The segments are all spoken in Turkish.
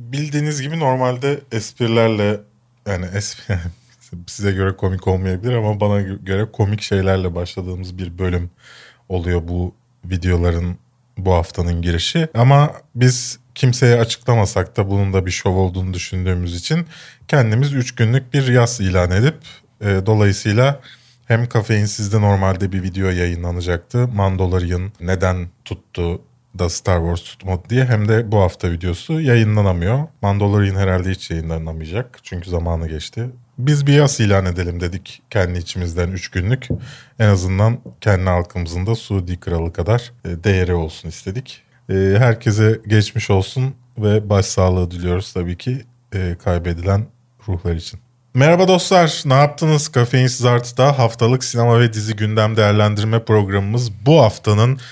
bildiğiniz gibi normalde esprilerle yani size göre komik olmayabilir ama bana göre komik şeylerle başladığımız bir bölüm oluyor bu videoların bu haftanın girişi. Ama biz kimseye açıklamasak da bunun da bir şov olduğunu düşündüğümüz için kendimiz 3 günlük bir yas ilan edip dolayısıyla hem Kafeinsiz'de normalde bir video yayınlanacaktı. Mandalorian neden tuttu da Star Wars tutmadı diye, hem de bu hafta videosu yayınlanamıyor. Mandalorian herhalde hiç yayınlanamayacak çünkü zamanı geçti. Biz bir yas ilan edelim dedik kendi içimizden 3 günlük. En azından kendi halkımızın da Suudi Kralı kadar değeri olsun istedik. Herkese geçmiş olsun ve başsağlığı diliyoruz tabii ki kaybedilen ruhlar için. Merhaba dostlar, ne yaptınız? Kafeinsiz Artı'da haftalık sinema ve dizi gündem değerlendirme programımız bu haftanın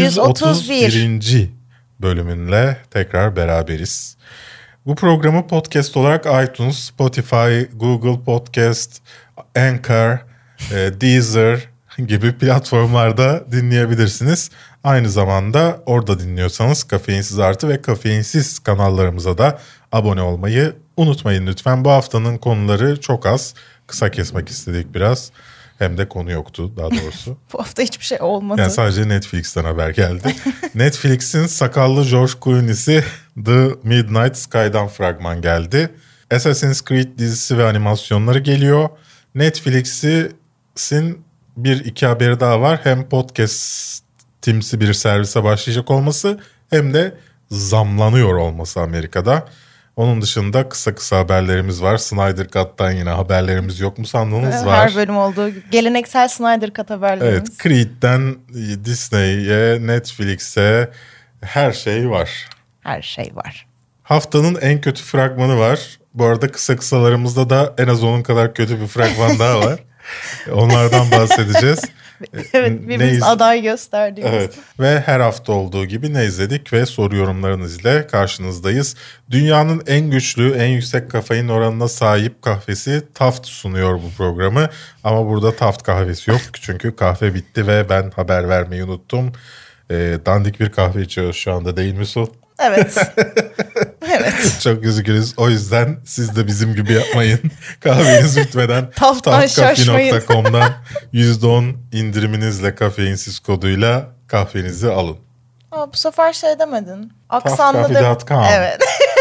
131. bölümünle tekrar beraberiz. Bu programı podcast olarak iTunes, Spotify, Google Podcast, Anchor, Deezer gibi platformlarda dinleyebilirsiniz. Aynı zamanda orada dinliyorsanız Kafeinsiz Artı ve Kafeinsiz kanallarımıza da abone olmayı unutmayın lütfen. Bu haftanın konuları çok az. Kısa kesmek istedik biraz. Hem de konu yoktu daha doğrusu. Bu hafta hiçbir şey olmadı. Yani sadece Netflix'ten haber geldi. Netflix'in sakallı George Clooney'si The Midnight Sky'dan fragman geldi. Assassin's Creed dizisi ve animasyonları geliyor. Netflix'in bir iki haberi daha var. Hem podcast'imsi bir servise başlayacak olması hem de zamlanıyor olması Amerika'da. Onun dışında kısa kısa haberlerimiz var. Snyder Cut'tan yine haberlerimiz yok mu sandınız? Var. Her bölüm olduğu gibi. Geleneksel Snyder Cut haberlerimiz. Evet, Creed'den Disney'e, Netflix'e her şey var. Her şey var. Haftanın en kötü fragmanı var. Bu arada kısa kısalarımızda da en az onun kadar kötü bir fragman daha var. Onlardan bahsedeceğiz. Evet, birbirimiz aday gösterdiğimiz. Evet, ve her hafta olduğu gibi ne izledik ve soru yorumlarınız ile karşınızdayız. Dünyanın en güçlü, en yüksek kafein oranına sahip kahvesi Taft sunuyor bu programı. Ama burada Taft kahvesi yok çünkü kahve bitti ve ben haber vermeyi unuttum. Dandik bir kahve içiyoruz şu anda, değil mi Su? Evet. Evet. Çok üzgünüz. O yüzden siz de bizim gibi yapmayın. Kahveniz bitmeden taftcafe.com'dan %10 indiriminizle kafeinsiz koduyla kahvenizi alın. Bu sefer şey demedin. Aksanlı Taftcafe.com. Evet.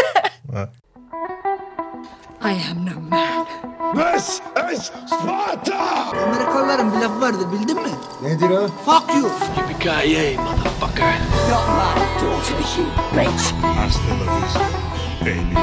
I am no man. This is Sparta! Amerikalıların bir lafı vardı, bildin mi? Nedir o? Fuck you. Yippee-ki-yay, motherfucker! Don't lie to the sheep, bitch. Hasta la vista, baby.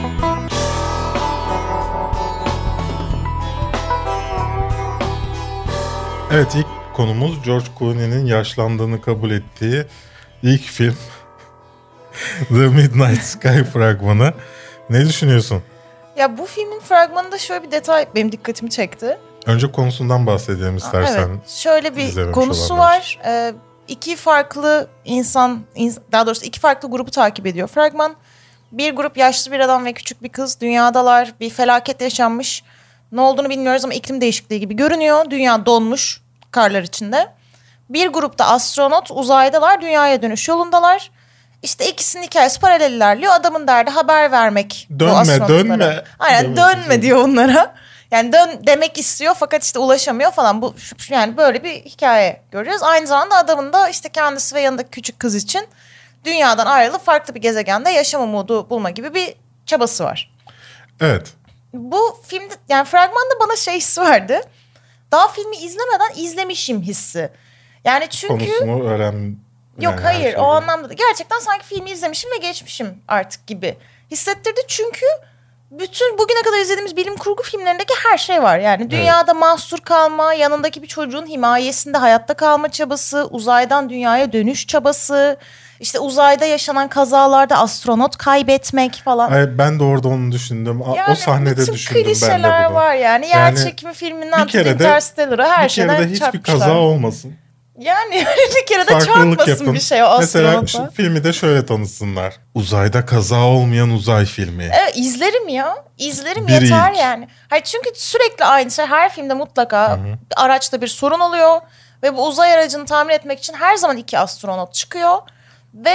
Evet, ilk konumuz George Clooney'nin yaşlandığını kabul ettiği ilk film The Midnight Sky fragmanı. Ne düşünüyorsun? Ya bu filmin fragmanında şöyle bir detay benim dikkatimi çekti. Önce konusundan bahsedelim istersen. Evet, şöyle bir konusu var. İki farklı daha doğrusu iki farklı grubu takip ediyor fragman. Bir grup yaşlı bir adam ve küçük bir kız dünyadalar. Bir felaket yaşanmış. Ne olduğunu bilmiyoruz ama iklim değişikliği gibi görünüyor. Dünya donmuş karlar içinde. Bir grupta astronot uzaydalar, dünyaya dönüş yolundalar. İşte ikisinin hikayesi paralel ilerliyor. Adamın derdi haber vermek. Dönme. Aynen, dönme diyor onlara. Yani dön demek istiyor fakat işte ulaşamıyor falan. Bu yani böyle bir hikaye görüyoruz. Aynı zamanda adamın da işte kendisi ve yanındaki küçük kız için dünyadan ayrılıp farklı bir gezegende yaşam umudu bulma gibi bir çabası var. Evet. Bu filmde yani fragmanda bana şey hissi verdi. Daha filmi izlemeden izlemişim hissi. Yani çünkü konusunu yok hayır o anlamda da gerçekten sanki filmi izlemişim ve geçmişim artık gibi hissettirdi. Çünkü bütün bugüne kadar izlediğimiz bilim kurgu filmlerindeki her şey var. Yani dünyada mahsur kalma, yanındaki bir çocuğun himayesinde hayatta kalma çabası, uzaydan dünyaya dönüş çabası, işte uzayda yaşanan kazalarda astronot kaybetmek falan. Ay, ben de orada onu düşündüm. Yani o sahnede düşündüm ben de bunu. Bütün klişeler var yani. Yer çekimi filminden Interstellar'a her şeyden çarpmışlar. Bir kere de hiçbir kaza olmasın. Yani bir kere de çarpmasın yapın. Bir şey o astronota. Mesela filmi de şöyle tanısınlar. Uzayda kaza olmayan uzay filmi. Evet, izlerim ya. İzlerim bir yeter ilk. Yani. Hayır, çünkü sürekli aynı şey. Her filmde mutlaka araçta bir sorun oluyor. Ve bu uzay aracını tamir etmek için her zaman iki astronot çıkıyor. Ve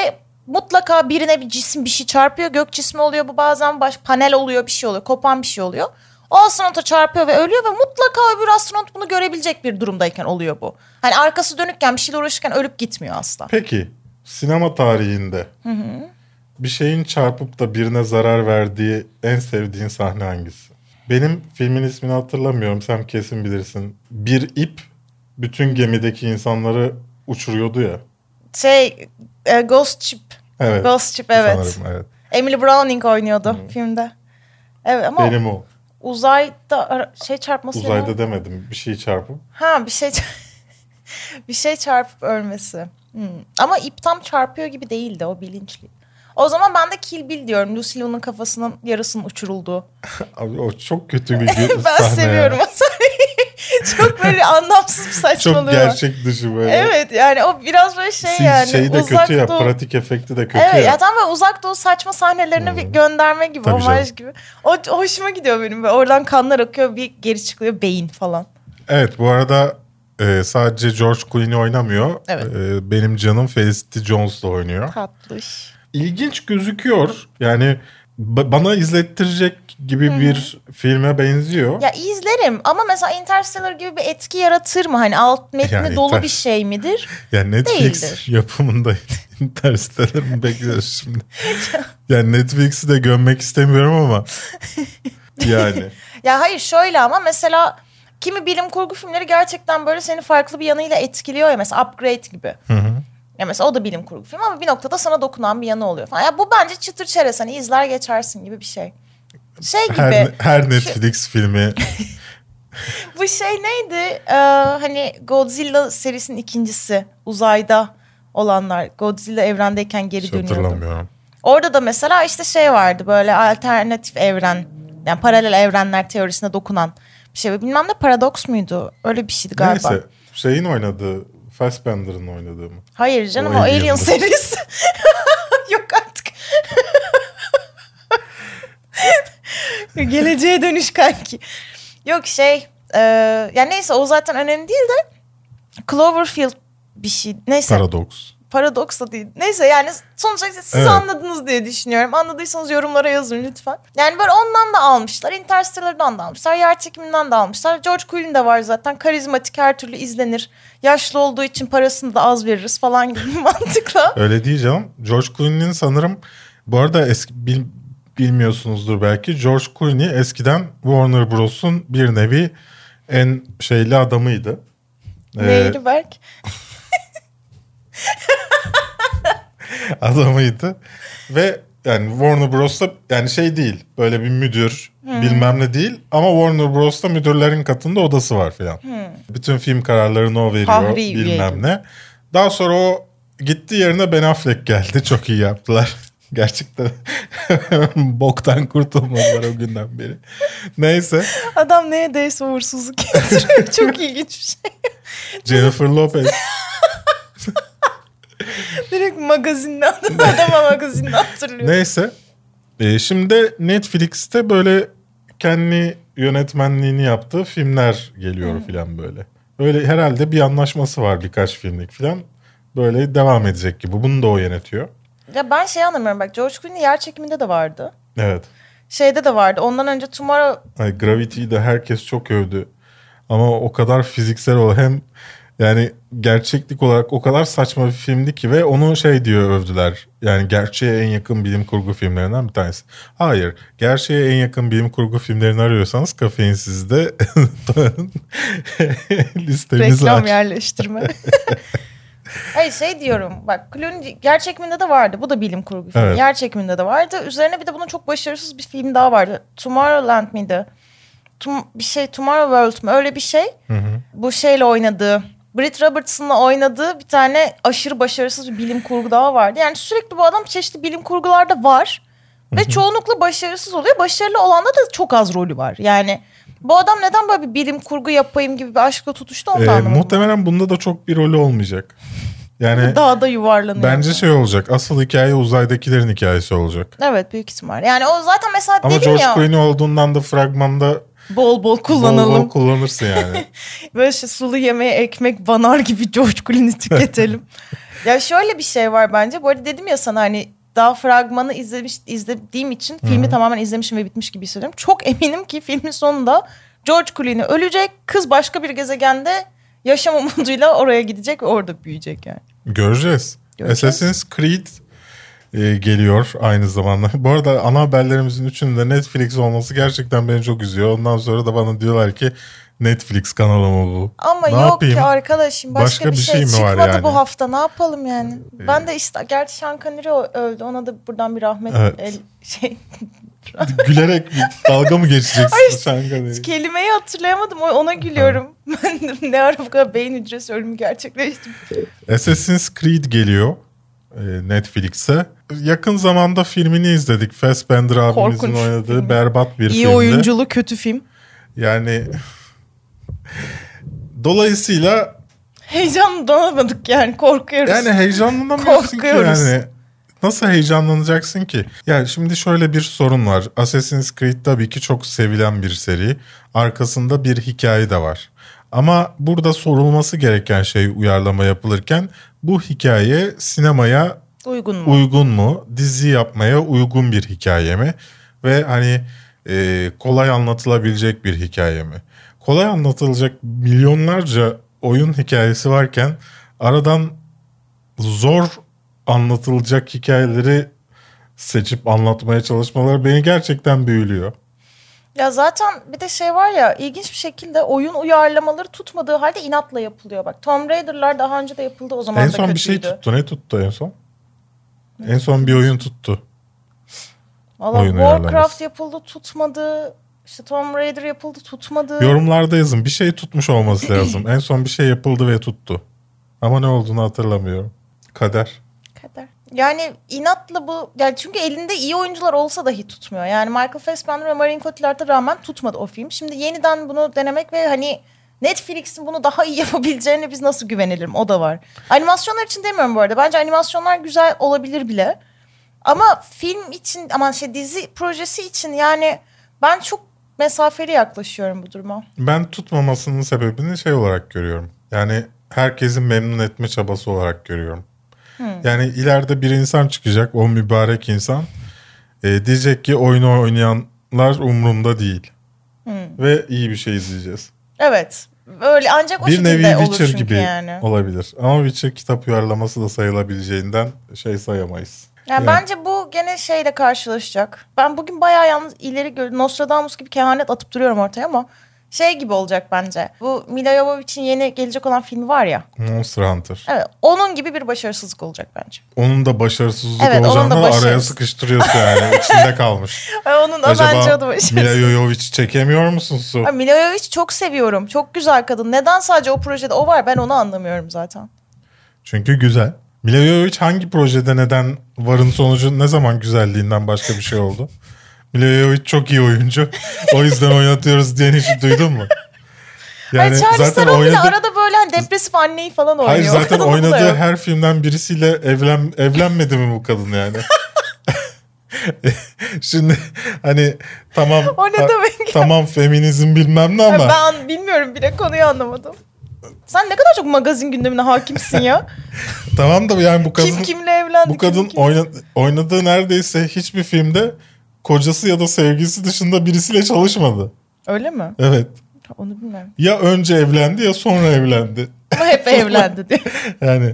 mutlaka birine bir cisim bir şey çarpıyor. Gök cismi oluyor bu, bazen panel oluyor, bir şey oluyor. Kopan bir şey oluyor. O astronota çarpıyor ve ölüyor ve mutlaka öbür astronot bunu görebilecek bir durumdayken oluyor bu. Hani arkası dönükken bir şeyle uğraşırken ölüp gitmiyor asla. Peki sinema tarihinde bir şeyin çarpıp da birine zarar verdiği en sevdiğin sahne hangisi? Benim filmin ismini hatırlamıyorum, sen kesin bilirsin. Bir ip bütün gemideki insanları uçuruyordu ya. Ghost Ship. Evet. Ghost Ship, evet. Sanırım, evet. Emily Browning oynuyordu filmde. Evet ama Benim o. uzayda çarpması. Uzayda demedim. Bir şey çarpıp. Ha, bir şey çarpıp ölmesi. Ama ip tam çarpıyor gibi değildi, o bilinçli. O zaman ben de Kill Bill diyorum. Lucy Liu'nun kafasının yarısının uçurulduğu. Abi o çok kötü bir Ben sahne seviyorum ya. o sahneyi. Çok böyle anlamsız bir saçmalığı Çok gerçek dışı böyle. Evet, yani o biraz böyle yani. Şey de uzak kötü ya, doğu. pratik efekti de kötü Evet ya. ya, tam böyle uzak doğu saçma sahnelerini bir gönderme gibi, Tabii omaj canım. gibi. O hoşuma gidiyor benim. Böyle oradan kanlar akıyor, bir geri çıkıyor beyin falan. Evet, bu arada sadece George Clooney oynamıyor. Evet. Benim canım Felicity Jones da oynuyor. Tatlış. İlginç gözüküyor. Yani bana izlettirecek gibi bir filme benziyor. Ya izlerim ama mesela Interstellar gibi bir etki yaratır mı? Hani alt metni Yani dolu bir şey midir? Yani Netflix Değildir. yapımında Interstellar mı bekliyoruz şimdi? Yani Netflix'i de gömmek istemiyorum ama yani. Ya hayır, şöyle ama mesela kimi bilim kurgu filmleri gerçekten böyle seni farklı bir yanıyla etkiliyor ya, mesela Upgrade gibi. Ya mesela o da bilim kurgu film ama bir noktada sana dokunan bir yanı oluyor falan. Ya bu bence çıtır çerez, hani izler geçersin gibi bir şey. Şey gibi. Her Netflix filmi. Bu şey neydi? Hani Godzilla serisinin ikincisi, uzayda olanlar. Godzilla evrendeyken geri Hiç dönüyordu. hatırlamıyorum. Orada da mesela işte şey vardı, böyle alternatif evren, yani paralel evrenler teorisine dokunan bir şey. Bilmem ne paradoks muydu? Öyle bir şeydi galiba. Neyse, şeyin oynadığı, Fassbender'ın oynadığı mı? Hayır canım, O o Alien Alien'dı. serisi. Yok artık. Geleceğe dönüş kanki. Yok yani neyse, o zaten önemli değil de Cloverfield bir şey. Neyse. Paradoks. Paradoks da değil. Neyse yani sonuçta siz Evet. anladınız diye düşünüyorum. Anladıysanız yorumlara yazın lütfen. Yani böyle ondan da almışlar. Interstellar'dan da almışlar. Yer çekiminden de almışlar. George Clooney de var zaten. Karizmatik, her türlü izlenir. Yaşlı olduğu için parasını da az veririz falan gibi bir mantıkla. Öyle değil canım. George Clooney'nin sanırım, bu arada bilmiyorsunuzdur belki. George Clooney eskiden Warner Bros'un bir nevi en şeyli adamıydı. Neydi Berk? Adamıydı. Ve yani Warner Bros'ta yani şey değil, böyle bir müdür bilmem ne değil, ama Warner Bros'ta müdürlerin katında odası var filan. Bütün film kararlarını o veriyor, Fahri bilmem üyeydi. ne. Daha sonra o gitti, yerine Ben Affleck geldi. Çok iyi yaptılar. Gerçekten boktan kurtulmadılar o günden beri. Neyse. Adam neye değse uğursuzluk getiriyor. Çok ilginç bir şey. Jennifer Lopez. Direkt magazinden adama magazinden hatırlıyor. Neyse. Şimdi Netflix'te böyle kendi yönetmenliğini yaptığı filmler geliyor filan böyle. Öyle herhalde bir anlaşması var, birkaç filmlik filan. Böyle devam edecek gibi. Bunu da o yönetiyor. Ya ben anlamıyorum bak, George Clooney yer çekiminde de vardı. Evet. Şeyde de vardı. Ondan önce Tomorrow... Gravity'yi de herkes çok övdü. Ama o kadar fiziksel hem yani gerçeklik olarak o kadar saçma bir filmdi ki, ve onu diyor övdüler. Yani gerçeğe en yakın bilim kurgu filmlerinden bir tanesi. Hayır. Gerçeğe en yakın bilim kurgu filmlerini arıyorsanız Kafeinsiz'de listemiz Reklam var. yerleştirme. Hayır diyorum bak, Clooney yer çekiminde de vardı. Bu da bilim kurgu filmi. Evet. Yer çekiminde de vardı. Üzerine bir de bunun çok başarısız bir film daha vardı. Tomorrowland mıydı? Tomorrow World mu? Öyle bir şey. Bu şeyle oynadığı, Britt Robertson'la oynadığı bir tane aşırı başarısız bir bilim kurgu daha vardı. Yani sürekli bu adam çeşitli bilim kurgularda var. Ve çoğunlukla başarısız oluyor. Başarılı olanda da çok az rolü var. Yani bu adam neden böyle bir bilim kurgu yapayım gibi bir aşkla tutuştu, onu da anlamadım. Muhtemelen bunda da çok bir rolü olmayacak. Yani Dağda yuvarlanıyor. bence olacak. Asıl hikaye uzaydakilerin hikayesi olacak. Evet, büyük ihtimal. Yani o zaten mesela Ama dedim George ya. Clooney olduğundan da fragmanda Bol bol kullanalım. Bol bol kullanırsın yani. Böyle sulu yemeğe ekmek banar gibi George Clooney'i tüketelim. Ya şöyle bir şey var bence. Bu arada dedim ya sana hani daha fragmanı izlediğim için filmi tamamen izlemişim ve bitmiş gibi hissediyorum. Çok eminim ki filmin sonunda George Clooney ölecek. Kız başka bir gezegende yaşam umuduyla oraya gidecek ve orada büyüyecek yani. Göreceğiz. Göreceğiz. Assassin's Creed geliyor aynı zamanda. Bu arada ana haberlerimizin üçünde Netflix olması gerçekten beni çok üzüyor. Ondan sonra da bana diyorlar ki Netflix kanalı mı bu? Ama Ne yok yapayım? ki arkadaşım başka bir şey mi var çıkmadı yani? bu hafta, ne yapalım yani. Ben de işte gerçi Sean Connery öldü, ona da buradan bir rahmet Evet. şey Gülerek bir dalga mı geçeceksin sen? kelimeyi hatırlayamadım, ona gülüyorum. Ben de ne ara bu kadar beyin hücresi ölümü gerçekleştim. Assassin's Creed geliyor Netflix'e. Yakın zamanda filmini izledik. Fassbender abimizin Korkunç oynadığı filmi. berbat bir İyi filmdi. oyunculu kötü film. Yani dolayısıyla Heyecanlanamadık yani, korkuyoruz. yani heyecanlanamıyorsun ki Korkuyoruz. yani. Nasıl heyecanlanacaksın ki? Yani şimdi şöyle bir sorun var. Assassin's Creed tabii ki çok sevilen bir seri. Arkasında bir hikaye de var. Ama burada sorulması gereken şey uyarlama yapılırken bu hikaye sinemaya Uygun mu? uygun mu? Dizi yapmaya uygun bir hikaye mi? Ve hani kolay anlatılabilecek bir hikaye mi? Kolay anlatılacak milyonlarca oyun hikayesi varken aradan zor anlatılacak hikayeleri seçip anlatmaya çalışmaları beni gerçekten büyülüyor. Ya zaten bir de şey var ya, ilginç bir şekilde oyun uyarlamaları tutmadığı halde inatla yapılıyor. Bak Tomb Raider'lar daha önce de yapıldı, o zaman En da son kötüydü. bir şey tuttu. Ne tuttu en son? En son bir oyun tuttu. Valla Oyun Warcraft uyarlaması. yapıldı, tutmadı. İşte Tomb Raider yapıldı, tutmadı. Yorumlarda yazın. Bir şey tutmuş olması lazım. En son bir şey yapıldı ve tuttu. Ama ne olduğunu hatırlamıyorum. Kader. Kader. Yani inatla bu, yani çünkü elinde iyi oyuncular olsa dahi tutmuyor. Yani Michael Fassbender ve Marion Cotillard'a rağmen tutmadı o film. Şimdi yeniden bunu denemek ve hani Netflix'in bunu daha iyi yapabileceğine biz nasıl güvenelim, o da var. Animasyonlar için demiyorum bu arada. Bence animasyonlar güzel olabilir bile. Ama film için, aman dizi projesi için yani ben çok mesafeli yaklaşıyorum bu duruma. Ben tutmamasının sebebini şey olarak görüyorum. Yani herkesin memnun etme çabası olarak görüyorum. Yani ileride bir insan çıkacak, o mübarek insan. Diyecek ki oyunu oynayanlar umurumda değil. Ve iyi bir şey izleyeceğiz. Evet. Öyle ancak o Bir şekilde nevi olur Witcher çünkü gibi yani. olabilir. Ama Witcher kitap uyarlaması da sayılabileceğinden şey sayamayız. Yani bence bu gene şeyle karşılaşacak. Ben bugün bayağı yalnız ileri gördüm. Nostradamus gibi kehanet atıp duruyorum ortaya ama şey gibi olacak bence. Bu Mila Jovovich'in yeni gelecek olan filmi var ya. Monster Hunter. Evet, onun gibi bir başarısızlık olacak bence. Onun da başarısızlık Evet, onun da olacağını araya başarısız. sıkıştırıyorsun yani. İçinde kalmış. Onun da bence o da Acaba başarısız. Mila Jovovich çekemiyor musun Su? Ay, Mila Jovovich çok seviyorum. Çok güzel kadın. Neden sadece o projede o var, ben onu anlamıyorum zaten. Çünkü güzel. Mila Jovovich hangi projede neden varın sonucu ne zaman güzelliğinden başka bir şey oldu? Mila Jovovich çok iyi oyuncu. O yüzden oynatıyoruz diyen hiç duydun mu? Yani Charlize Theron bile arada böyle hani depresif anneyi falan oynuyor. Hayır, zaten Kadının da oynadığı yok. her filmden birisiyle evlenmedi mi bu kadın yani? Şimdi hani tamam O ne demek ya? tamam feminizm bilmem ne ama Ben bilmiyorum bile, konuyu anlamadım. Sen ne kadar çok magazin gündemine hakimsin ya. tamam da yani bu kadın Kim kimle evlendi? bu kadın oynadığı neredeyse hiçbir filmde kocası ya da sevgilisi dışında birisiyle çalışmadı. Öyle mi? Evet. Onu bilmiyorum. Ya önce evlendi ya sonra evlendi. Ama hep evlendi diyor. Yani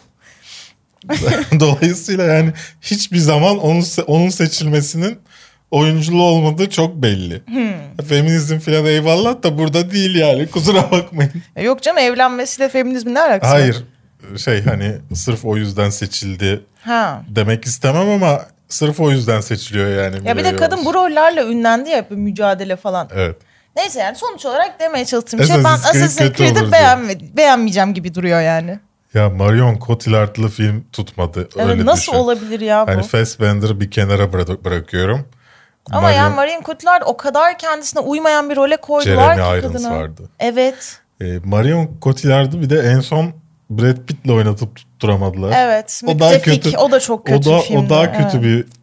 dolayısıyla yani hiçbir zaman onun seçilmesinin oyunculuğu olmadığı çok belli. Feminizm falan eyvallah da burada değil yani, kusura bakmayın. Yok canım, evlenmesiyle feminizmin ne alakası var? Hayır, hani sırf o yüzden seçildi Ha. demek istemem ama sırf o yüzden seçiliyor yani. Ya bir de kadın bu rollerle ünlendi ya, bir mücadele falan. Evet. Neyse yani sonuç olarak demeye çalıştığım şey, ben Assassin's Creed Assassin's kötü Creed'i olur beğenmeyeceğim gibi duruyor yani. Ya Marion Cotillard'lı film tutmadı. Evet, öyle nasıl düşün. olabilir ya bu? Hani Fassbender'ı bir kenara bırakıyorum. Ama yani Marion Cotillard o kadar kendisine uymayan bir role koydular Jeremy ki Irons kadına. vardı. Evet. Marion Cotillard'ı bir de en son Brad Pitt'le oynatıp tutturamadılar. Evet. O daha Müttefik. kötü. O da çok kötü bir filmdi. O daha kötü evet. bir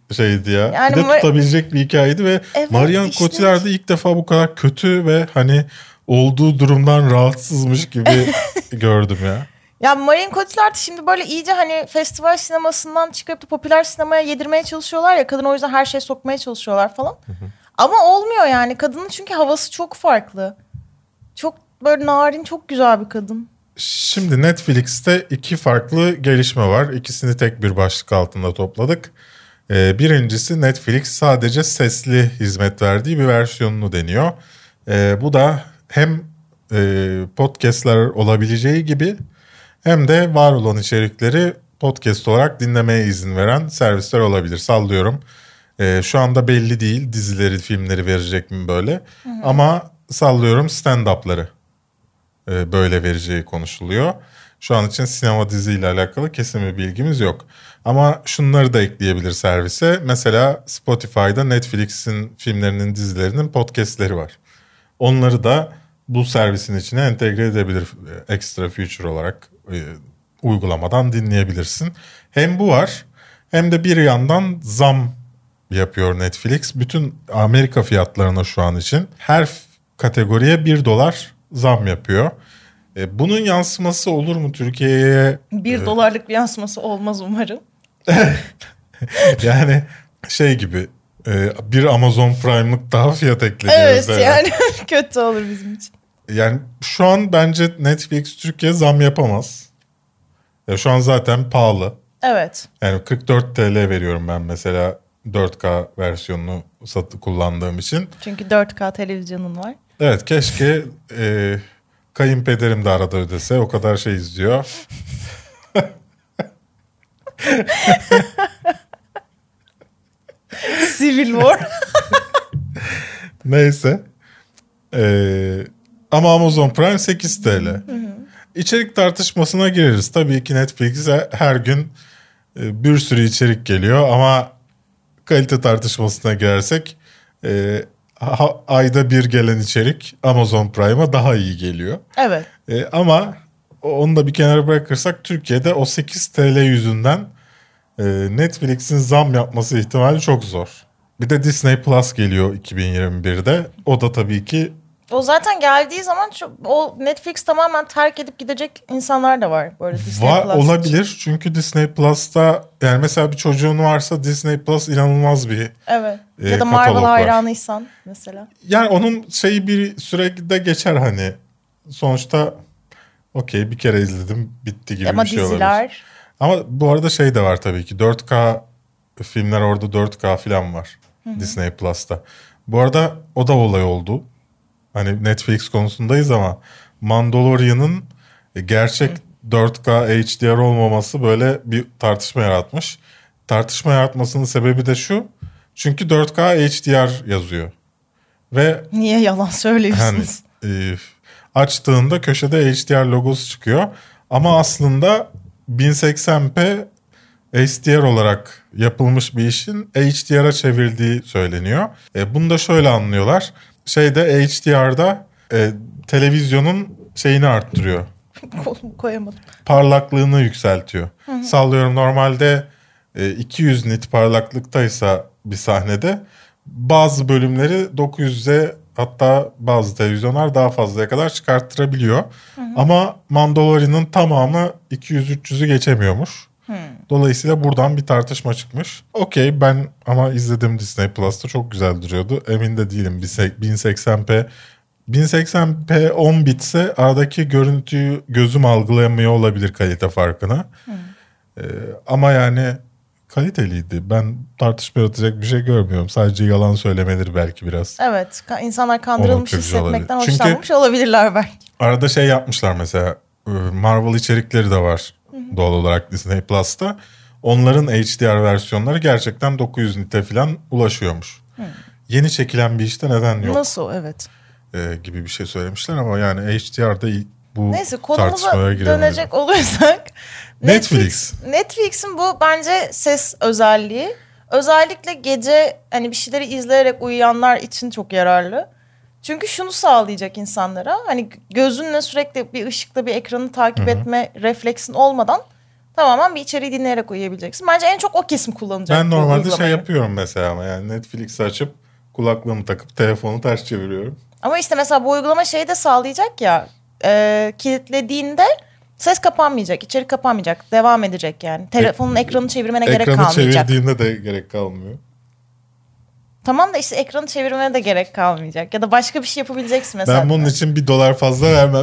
şeydi ya. Yani bir de tutabilecek bir hikayeydi ve evet, Marion işte. Cotillard'da ilk defa bu kadar kötü ve hani olduğu durumdan rahatsızmış gibi gördüm ya. Ya Marion Cotillard şimdi böyle iyice hani festival sinemasından çıkarıp da popüler sinemaya yedirmeye çalışıyorlar ya. Kadın o yüzden her şeye sokmaya çalışıyorlar falan. Ama olmuyor yani. Kadının çünkü havası çok farklı. Çok böyle narin, çok güzel bir kadın. Şimdi Netflix'te 2 farklı gelişme var. İkisini tek bir başlık altında topladık. Birincisi Netflix sadece sesli hizmet verdiği bir versiyonunu deniyor. Bu da hem podcastler olabileceği gibi hem de var olan içerikleri podcast olarak dinlemeye izin veren servisler olabilir. Sallıyorum. Şu anda belli değil dizileri, filmleri verecek mi böyle. Ama sallıyorum stand-up'ları böyle vereceği konuşuluyor. Şu an için sinema diziyle alakalı kesin bir bilgimiz yok. Ama şunları da ekleyebilir servise. Mesela Spotify'da Netflix'in filmlerinin, dizilerinin podcastleri var. Onları da bu servisin içine entegre edebilir. Extra feature olarak uygulamadan dinleyebilirsin. Hem bu var hem de bir yandan zam yapıyor Netflix. Bütün Amerika fiyatlarına şu an için her kategoriye $1 zam yapıyor. Bunun yansıması olur mu Türkiye'ye? $1 bir yansıması olmaz umarım. Yani şey gibi bir Amazon Prime'lık daha fiyat ekledi. Evet yani kötü olur bizim için. Yani şu an bence Netflix Türkiye zam yapamaz. Ya şu an zaten pahalı. Evet. Yani 44 TL veriyorum ben mesela 4K versiyonunu kullandığım için. Çünkü 4K televizyonun var. Evet keşke kayınpederim de arada ödese, o kadar şey izliyor. Civil War. Neyse. Ama Amazon Prime 8 TL. İçerik tartışmasına gireriz. Tabii ki Netflix'e her gün bir sürü içerik geliyor ama kalite tartışmasına girersek ayda bir gelen içerik Amazon Prime'a daha iyi geliyor. Evet. Ama onu da bir kenara bırakırsak Türkiye'de o 8 TL yüzünden Netflix'in zam yapması ihtimali çok zor. Bir de Disney Plus geliyor 2021'de. O da tabii ki... O zaten geldiği zaman o Netflix tamamen terk edip gidecek insanlar da var. Böyle Disney Plus olabilir için. çünkü Disney Plus'ta yani mesela bir çocuğun varsa Disney Plus inanılmaz bir evet. Ya da Marvel hayranıysan mesela. Yani onun şeyi bir sürede geçer hani. Sonuçta okey bir kere izledim bitti gibi ama bir şey diziler... olabilir. Ama bu arada şey de var tabii ki 4K filmler orada 4K falan var. Disney Plus'ta. Bu arada o da olay oldu. Hani Netflix konusundayız ama Mandalorian'ın gerçek 4K HDR olmaması böyle bir tartışma yaratmış. Tartışma yaratmasının sebebi de şu. Çünkü 4K HDR yazıyor. Ve niye yalan söylüyorsunuz? Hani, açtığında köşede HDR logosu çıkıyor. Ama aslında 1080p HDR olarak yapılmış bir işin HDR'a çevrildiği söyleniyor. Bunu da şöyle anlıyorlar. HDR'da televizyonun şeyini arttırıyor. Kolumu koyamadım. Parlaklığını yükseltiyor. Sallıyorum normalde 200 nit parlaklıktaysa bir sahnede bazı bölümleri 900'e hatta bazı televizyonlar daha fazlaya kadar çıkarttırabiliyor. Ama Mandalorian'ın tamamı 200-300'ü geçemiyormuş. Dolayısıyla buradan bir tartışma çıkmış. Okey ben ama izledim Disney Plus'ta çok güzel duruyordu. Emin de değilim 1080p 10 bitse aradaki görüntüyü gözüm algılayamıyor olabilir kalite farkına. Ama yani kaliteliydi. Ben tartışma yaratacak bir şey görmüyorum. Sadece yalan söylemeleri belki biraz. Evet. İnsanlar kandırılmış hissetmekten olabilir. hoşlanmış olabilirler belki. Arada şey yapmışlar mesela. Marvel içerikleri de var doğal olarak Disney Plus'ta. Onların HDR versiyonları gerçekten 900 nite falan ulaşıyormuş. Yeni çekilen bir işte neden yok? Nasıl? Evet. Gibi bir şey söylemişler ama yani HDR'da bu neyse konumuza tartışmaya dönecek olursak Netflix. Netflix'in bu bence ses özelliği. Özellikle gece hani bir şeyleri izleyerek uyuyanlar için çok yararlı. Çünkü şunu sağlayacak insanlara. Hani gözünle sürekli bir ışıkla bir ekranı takip etme refleksin olmadan Tamamen bir içeriği dinleyerek uyuyabileceksin. Bence en çok o kesim kullanacak. Ben bu normalde uygulamayı. yapıyorum mesela ama yani Netflix'i açıp kulaklığımı takıp telefonu ters çeviriyorum. Ama işte mesela bu uygulama şeyi de sağlayacak ya. Kilitlediğinde ses kapanmayacak, içerik kapanmayacak. Devam edecek yani. Telefonun ekranı çevirmene gerek Ekranı kalmayacak. çevirdiğinde de gerek kalmıyor. Tamam da işte ekranı çevirmene de gerek kalmayacak. Ya da başka bir şey yapabileceksin mesela. Ben bunun için $1 fazla vermem.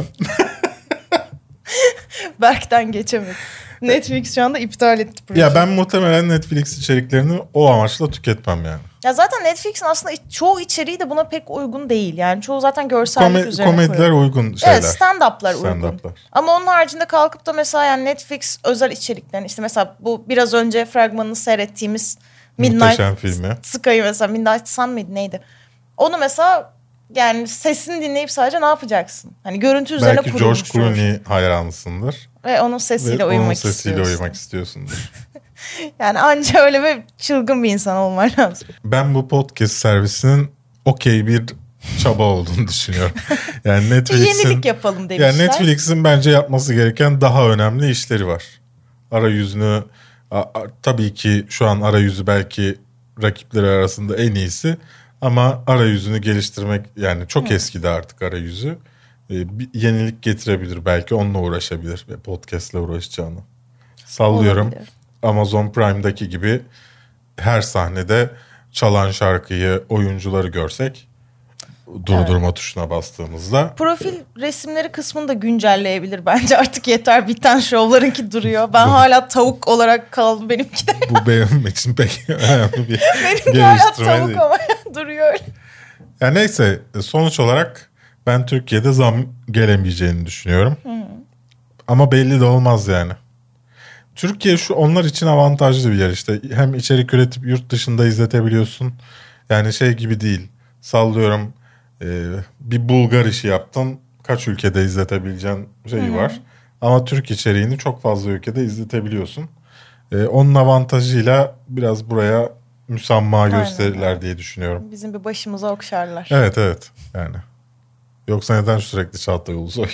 Berk'ten geçemedim. Netflix şu anda iptal etti projeyi. Ya ben muhtemelen Netflix içeriklerini o amaçla tüketmem yani. Ya zaten Netflix'in aslında çoğu içeriği de buna pek uygun değil. Yani çoğu zaten görsellik üzerine Komediler kuruyor. uygun şeyler. Evet, stand-up'lar uygun. Stand-up'lar. Ama onun haricinde kalkıp da mesela yani Netflix özel içeriklerini işte mesela bu biraz önce fragmanını seyrettiğimiz Muhteşem Midnight filmi. Sky'ı mesela Midnight Sun mıydı neydi? Onu mesela yani sesini dinleyip sadece ne yapacaksın? Hani görüntü üzerine Belki George kurulmuş. Clooney hayranısındır. Ve onun sesiyle Ve onun uyumak sesiyle istiyorsun. uyumak istiyorsundur. Yani anca öyle bir çılgın bir insan olman lazım. Ben bu podcast servisinin okey bir çaba olduğunu düşünüyorum. Yani Bir Netflix'in yenilik yapalım demişler. yani Netflix'in bence yapması gereken daha önemli işleri var. Arayüzünü tabii ki şu an arayüzü belki rakipleri arasında en iyisi ama arayüzünü geliştirmek yani çok eskidi artık arayüzü. Bir yenilik getirebilir belki onunla uğraşabilir ve podcast'le uğraşacağını. Sallıyorum. Olabilir. Amazon Prime'daki gibi her sahnede çalan şarkıyı, oyuncuları görsek durdurma tuşuna bastığımızda Profil resimleri kısmını da güncelleyebilir bence. Artık yeter, biten şovlarınki duruyor. Ben hala tavuk olarak kaldım benimki de. bu benim için pek önemli bir Benimki hala geliştirme tavuk değil. ama duruyor öyle. Ya neyse sonuç olarak ben Türkiye'de zam gelemeyeceğini düşünüyorum. Ama belli de olmaz yani. Türkiye şu onlar için avantajlı bir yer işte. Hem içerik üretip yurt dışında izletebiliyorsun. Yani şey gibi değil. Sallıyorum bir Bulgar işi yaptın. Kaç ülkede izletebileceğin şeyi var. Ama Türk içeriğini çok fazla ülkede izletebiliyorsun. Onun avantajıyla biraz buraya müsamaha gösterirler diye düşünüyorum. Bizim bir başımıza okşarlar. Evet yani. Yoksa neden sürekli Çağatay Ulusoy?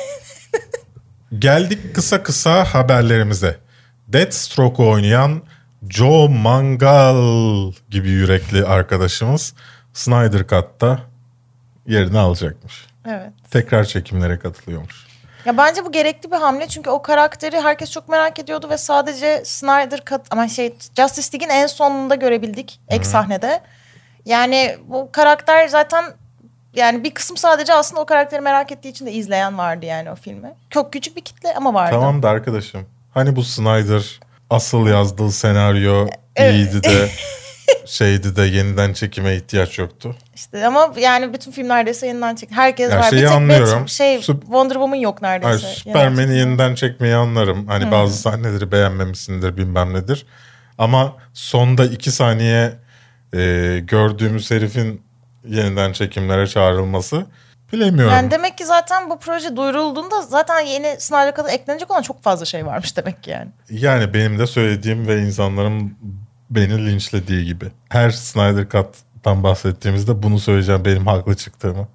Geldik kısa haberlerimize. Deathstroke'u oynayan Joe Mangal gibi yürekli arkadaşımız Snyder Cut'ta yerini alacakmış. Evet. Tekrar çekimlere katılıyormuş. Ya bence bu gerekli bir hamle çünkü o karakteri herkes çok merak ediyordu ve sadece Snyder Cut ama Justice League'in en sonunda görebildik ek sahnede. Yani bu karakter zaten yani bir kısım sadece aslında o karakteri merak ettiği için de izleyen vardı yani o filmi. Çok küçük bir kitle ama vardı. Tamam da arkadaşım. Hani bu Snyder asıl yazdığı senaryo iyiydi de şeydi de yeniden çekime ihtiyaç yoktu. İşte ama yani bütün film neredeyse yeniden çek. Herkes Ya var. şeyi Bir tek anlıyorum. Wonder Woman yok neredeyse. Ay, Superman'i yeniden çekmeyi anlarım. Hani bazı sahneleri beğenmemişsindir bilmem nedir. Ama sonda 2 saniye gördüğümüz herifin yeniden çekimlere çağrılması bilemiyorum. Yani demek ki zaten bu proje duyurulduğunda zaten yeni Snyder Cut'a eklenecek olan çok fazla şey varmış demek ki yani. Yani benim de söylediğim ve insanların beni linçlediği gibi. Her Snyder Cut'tan bahsettiğimizde bunu söyleyeceğim benim haklı çıktığımı.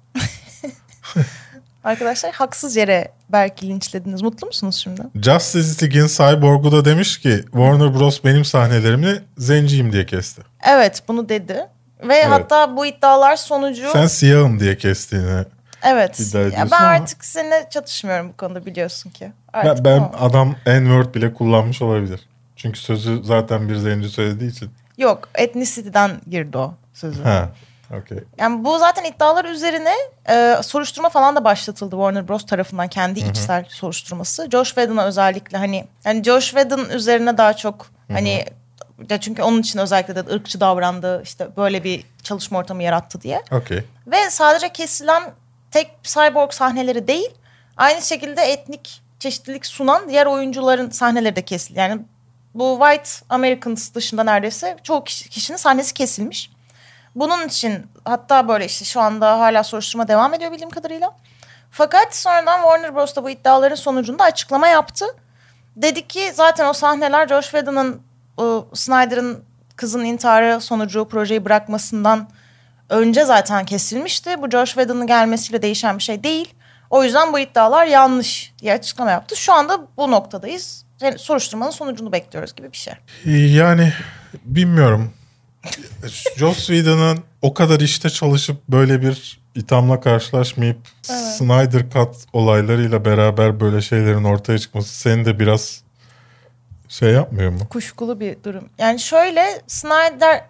Arkadaşlar haksız yere belki linçlediniz. Mutlu musunuz şimdi? Justice League'in Cyborg'u da demiş ki Warner Bros. Benim sahnelerimi zenciyim diye kesti. Evet bunu dedi. Ve hatta bu iddialar sonucu... Sen siyahım diye kestiğini Evet. iddia Ya ediyorsun ben ama- artık seninle çatışmıyorum bu konuda biliyorsun ki. Artık Ben tamam. adam N-word bile kullanmış olabilir. Çünkü sözü zaten bir zenci söylediği için. Yok etnisity'den girdi o sözü. Ha, okey. Yani bu zaten iddialar üzerine soruşturma falan da başlatıldı Warner Bros. Tarafından kendi içsel soruşturması. Josh Whedon'a özellikle hani yani Josh Whedon üzerine daha çok hani ya çünkü onun için özellikle de ırkçı davrandı işte böyle bir çalışma ortamı yarattı diye. Okey. Ve sadece kesilen tek cyborg sahneleri değil aynı şekilde etnik çeşitlilik sunan diğer oyuncuların sahneleri de kesildi. Yani bu White Americans dışında neredeyse çoğu kişinin sahnesi kesilmiş. Bunun için hatta böyle işte şu anda hala soruşturma devam ediyor bildiğim kadarıyla. Fakat sonradan Warner Bros. Da bu iddiaların sonucunda açıklama yaptı. Dedi ki zaten o sahneler Josh Whedon'ın Snyder'ın kızın intiharı sonucu projeyi bırakmasından önce zaten kesilmişti. Bu Josh Whedon'ın gelmesiyle değişen bir şey değil. O yüzden bu iddialar yanlış diye açıklama yaptı. Şu anda bu noktadayız. soruşturmanın sonucunu bekliyoruz gibi bir şey. Yani bilmiyorum. Joss Whedon'ın o kadar işte çalışıp böyle bir ithamla karşılaşmayıp Snyder Cut olaylarıyla beraber böyle şeylerin ortaya çıkması seni de biraz şey yapmıyor mu? Kuşkulu bir durum. Yani şöyle Snyder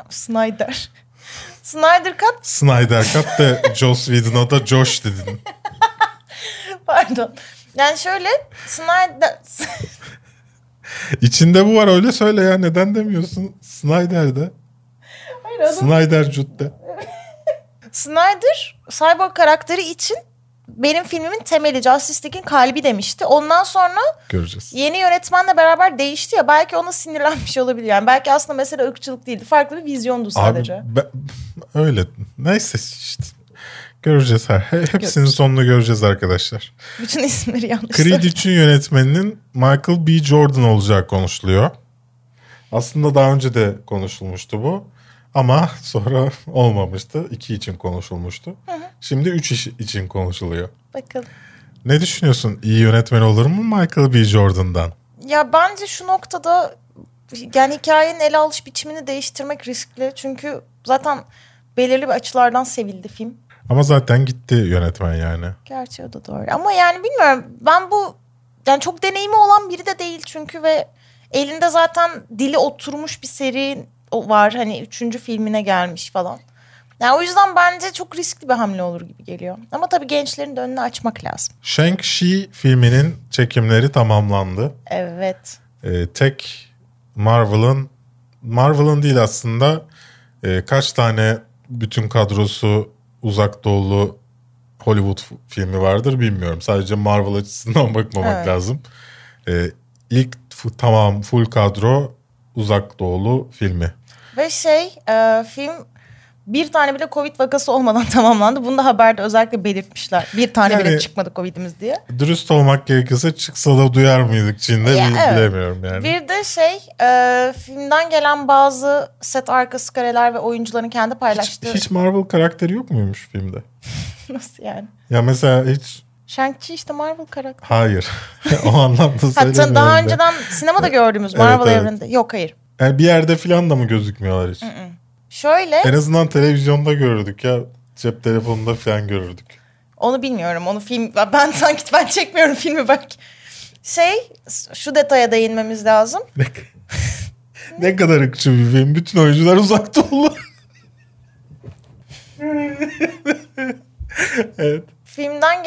Cut Snyder Cut de Joss Whedon'a da Josh dedin. pardon. Yani şöyle Snyder İçinde bu var, öyle söyle ya, neden demiyorsun? Snyder'de. Hayır, adam... Snyder Cut'te. Snyder Cyborg karakteri için benim filmimin temeli, Justice League'in kalbi demişti. Ondan sonra Göreceğiz. yeni yönetmenle beraber değişti ya, belki ona sinirlenmiş olabilir. Yani belki aslında mesele ırkçılık değildi. Farklı bir vizyondu sadece. Abi öyle. Neyse işte. Göreceğiz. Hepsinin sonunu göreceğiz arkadaşlar. Bütün isimleri yanlış Creed söyledim. 3'ün yönetmeninin Michael B. Jordan olacağı konuşuluyor. Aslında daha önce de konuşulmuştu bu. Ama sonra olmamıştı. 2 için konuşulmuştu. Şimdi 3 için konuşuluyor. Bakalım. Ne düşünüyorsun? İyi yönetmen olur mu Michael B. Jordan'dan? Ya bence şu noktada yani hikayenin ele alış biçimini değiştirmek riskli. Çünkü zaten belirli bir açılardan sevildi film. Ama zaten gitti yönetmen yani. Gerçi o da doğru. Ama yani bilmiyorum. Ben bu yani çok deneyimi olan biri de değil çünkü ve elinde zaten dili oturmuş bir seri var. Hani 3. filmine gelmiş falan. Yani o yüzden bence çok riskli bir hamle olur gibi geliyor. Ama tabii gençlerin de önünü açmak lazım. Shang-Chi filminin çekimleri tamamlandı. Evet. Tek Marvel'ın değil aslında, kaç tane bütün kadrosu uzak doğulu Hollywood filmi vardır bilmiyorum. Sadece Marvel açısından bakmamak lazım. İlk tamam full kadro uzak doğulu filmi. Ve film bir tane bile Covid vakası olmadan tamamlandı. Bunu da haberde özellikle belirtmişler. Bir tane bile çıkmadı Covid'imiz diye. Dürüst olmak gerekirse çıksa da duyar mıydık Çin'de bilemiyorum yani. Bir de filmden gelen bazı set arkası kareler ve oyuncuların kendi paylaştığı... Hiç Marvel karakteri yok muymuş filmde? Nasıl yani? Ya mesela hiç... Shang-Chi işte Marvel karakteri. Hayır. O anlamda söylemiyorum. Hatta daha önceden sinemada gördüğümüz Marvel evreninde. Yok, hayır. Yani bir yerde falan da mı gözükmüyorlar hiç? Şöyle. En azından televizyonda görürdük ya. Cep telefonunda falan görürdük. Onu bilmiyorum. Onu ben çekmiyorum filmi bak. Şu detaya değinmemiz lazım. Ne kadar ırkçı bir film. Bütün oyuncular uzak doğulu. Evet. Filmden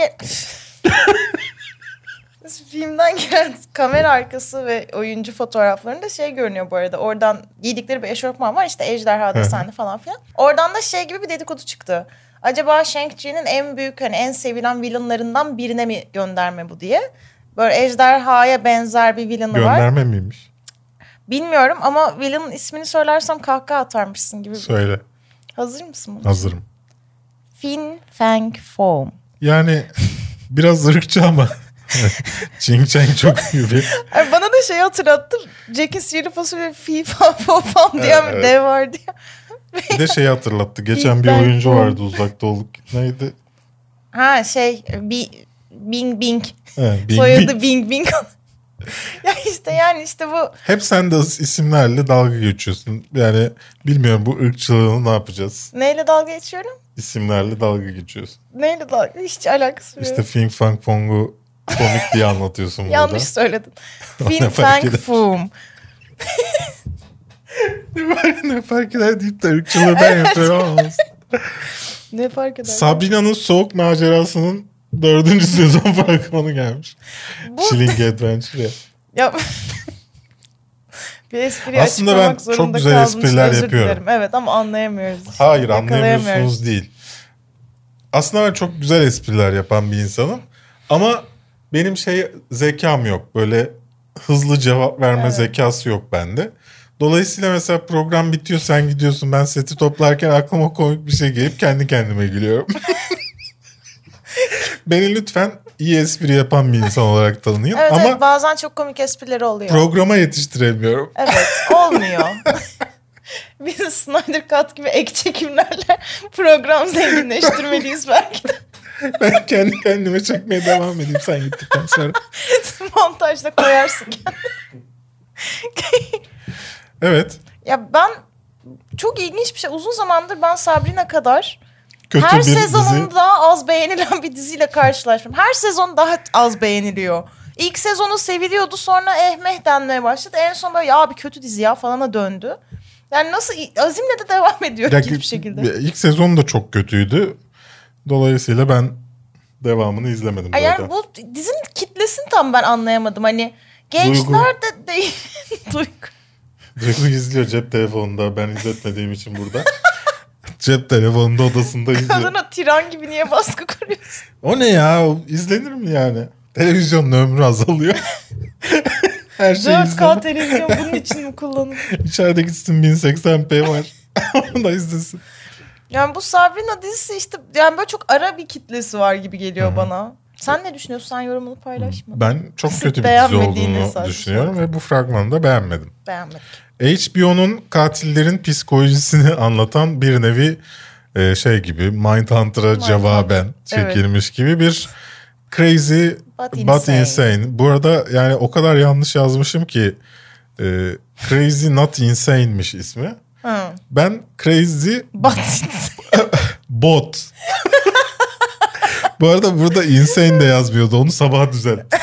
gelen kamera arkası ve oyuncu fotoğraflarında görünüyor bu arada. Oradan giydikleri bir eşofman var, işte ejderha desenli falan filan. Oradan da gibi bir dedikodu çıktı. Acaba Shang-Chi'nin en büyük en sevilen villainlarından birine mi gönderme bu diye. Böyle ejderhaya benzer bir villain'ı var. Gönderme miymiş? Bilmiyorum ama villain'ın ismini söylersem kahkaha atarmışsın gibi. Söyle. Hazır mısın? Hazırım. Fin Fang Foom. Yani biraz ırkçı ama Ching Chang çok iyi bir. Bana da hatırlattı. Jack'in sihirli fasulye Fi Fan Fo Fan diyen bir dev vardı ya. Bir de hatırlattı. Geçen bir oyuncu vardı uzakta olduk. Neydi? Bing Bing. Bing Soyadı Bing Bing. işte bu. Hep sen de isimlerle dalga geçiyorsun. Yani bilmiyorum bu ırkçılığını ne yapacağız? Neyle dalga geçiyorum? İsimlerle dalga geçiyorsun. Neyle dalga? Hiç alakası yok. İşte Fing Fang Fong'u komik diye anlatıyorsun burada. Yanlış söyledin. Fin Fang Foom. Ne fark eder deyip de ırkçılığı ben yapıyorum. Ne fark eder? Sabrina'nın Soğuk Macerası'nın 4. sezon fragmanı gelmiş. Chilling Adventure ya. Ya. Bir espri Aslında ben açıklamak zorunda çok güzel kaldığım için espriler özür yapıyorum. dilerim. Evet ama anlayamıyoruz. Hayır, Yakalayamıyoruz. anlayamıyorsunuz değil. Aslında ben çok güzel espriler yapan bir insanım. Ama benim zekam yok. Böyle hızlı cevap verme zekası yok bende. Dolayısıyla mesela program bitiyor, sen gidiyorsun, ben seti toplarken aklıma komik bir şey gelip kendi kendime gülüyorum. Beni lütfen iyi espri yapan bir insan olarak tanıyın. Evet, ama bazen çok komik esprileri oluyor. programa yetiştiremiyorum. Evet, olmuyor. Biz Snyder Cut gibi ek çekimlerle program zenginleştirmeliyiz belki de. Ben kendi kendime çekmeye devam edeyim sen gittikten sonra. Montajda koyarsın. Evet. Ya ben çok ilginç bir şey. Uzun zamandır ben Sabrina kadar Kötü her bir sezonun dizi. daha az beğenilen bir diziyle karşılaştım. Her sezon daha az beğeniliyor. İlk sezonu seviliyordu, sonra meh denmeye başladı. En son böyle ya bir kötü dizi ya falana döndü. Yani nasıl azimle de devam ediyor Ya, hiçbir şekilde. İlk sezon da çok kötüydü. Dolayısıyla ben devamını izlemedim zaten. Yani bu dizinin kitlesini tam ben anlayamadım. Hani gençler de değil. Duygu. Duygu izliyor cep telefonunda. Ben izletmediğim için burada. Cep telefonunda odasında izliyor. Kadına tiran gibi niye baskı kuruyorsun? O ne ya? O izlenir mi yani? Televizyonun ömrü azalıyor. Her şey 4K izlenir. televizyon bunun için mi kullanılır? İçeride gitsin 1080p var. Onu da izlesin. Yani bu Sabrina dizisi işte yani böyle çok ara bir kitlesi var gibi geliyor bana. Sen ne düşünüyorsun? Sen yorumunu paylaşma. Ben çok Sırf kötü bir dizi beğenmediğini olduğunu sadece düşünüyorum ve bu fragmanı da beğenmedim. Beğenmedim. HBO'nun katillerin psikolojisini anlatan bir nevi şey gibi Mindhunter'a cevaben çekilmiş gibi bir crazy but insane. Bu arada yani o kadar yanlış yazmışım ki crazy not insane'miş ismi. Hı. Ben crazy bot. Bu arada burada insane de yazmıyordu. Onu sabah düzelttim.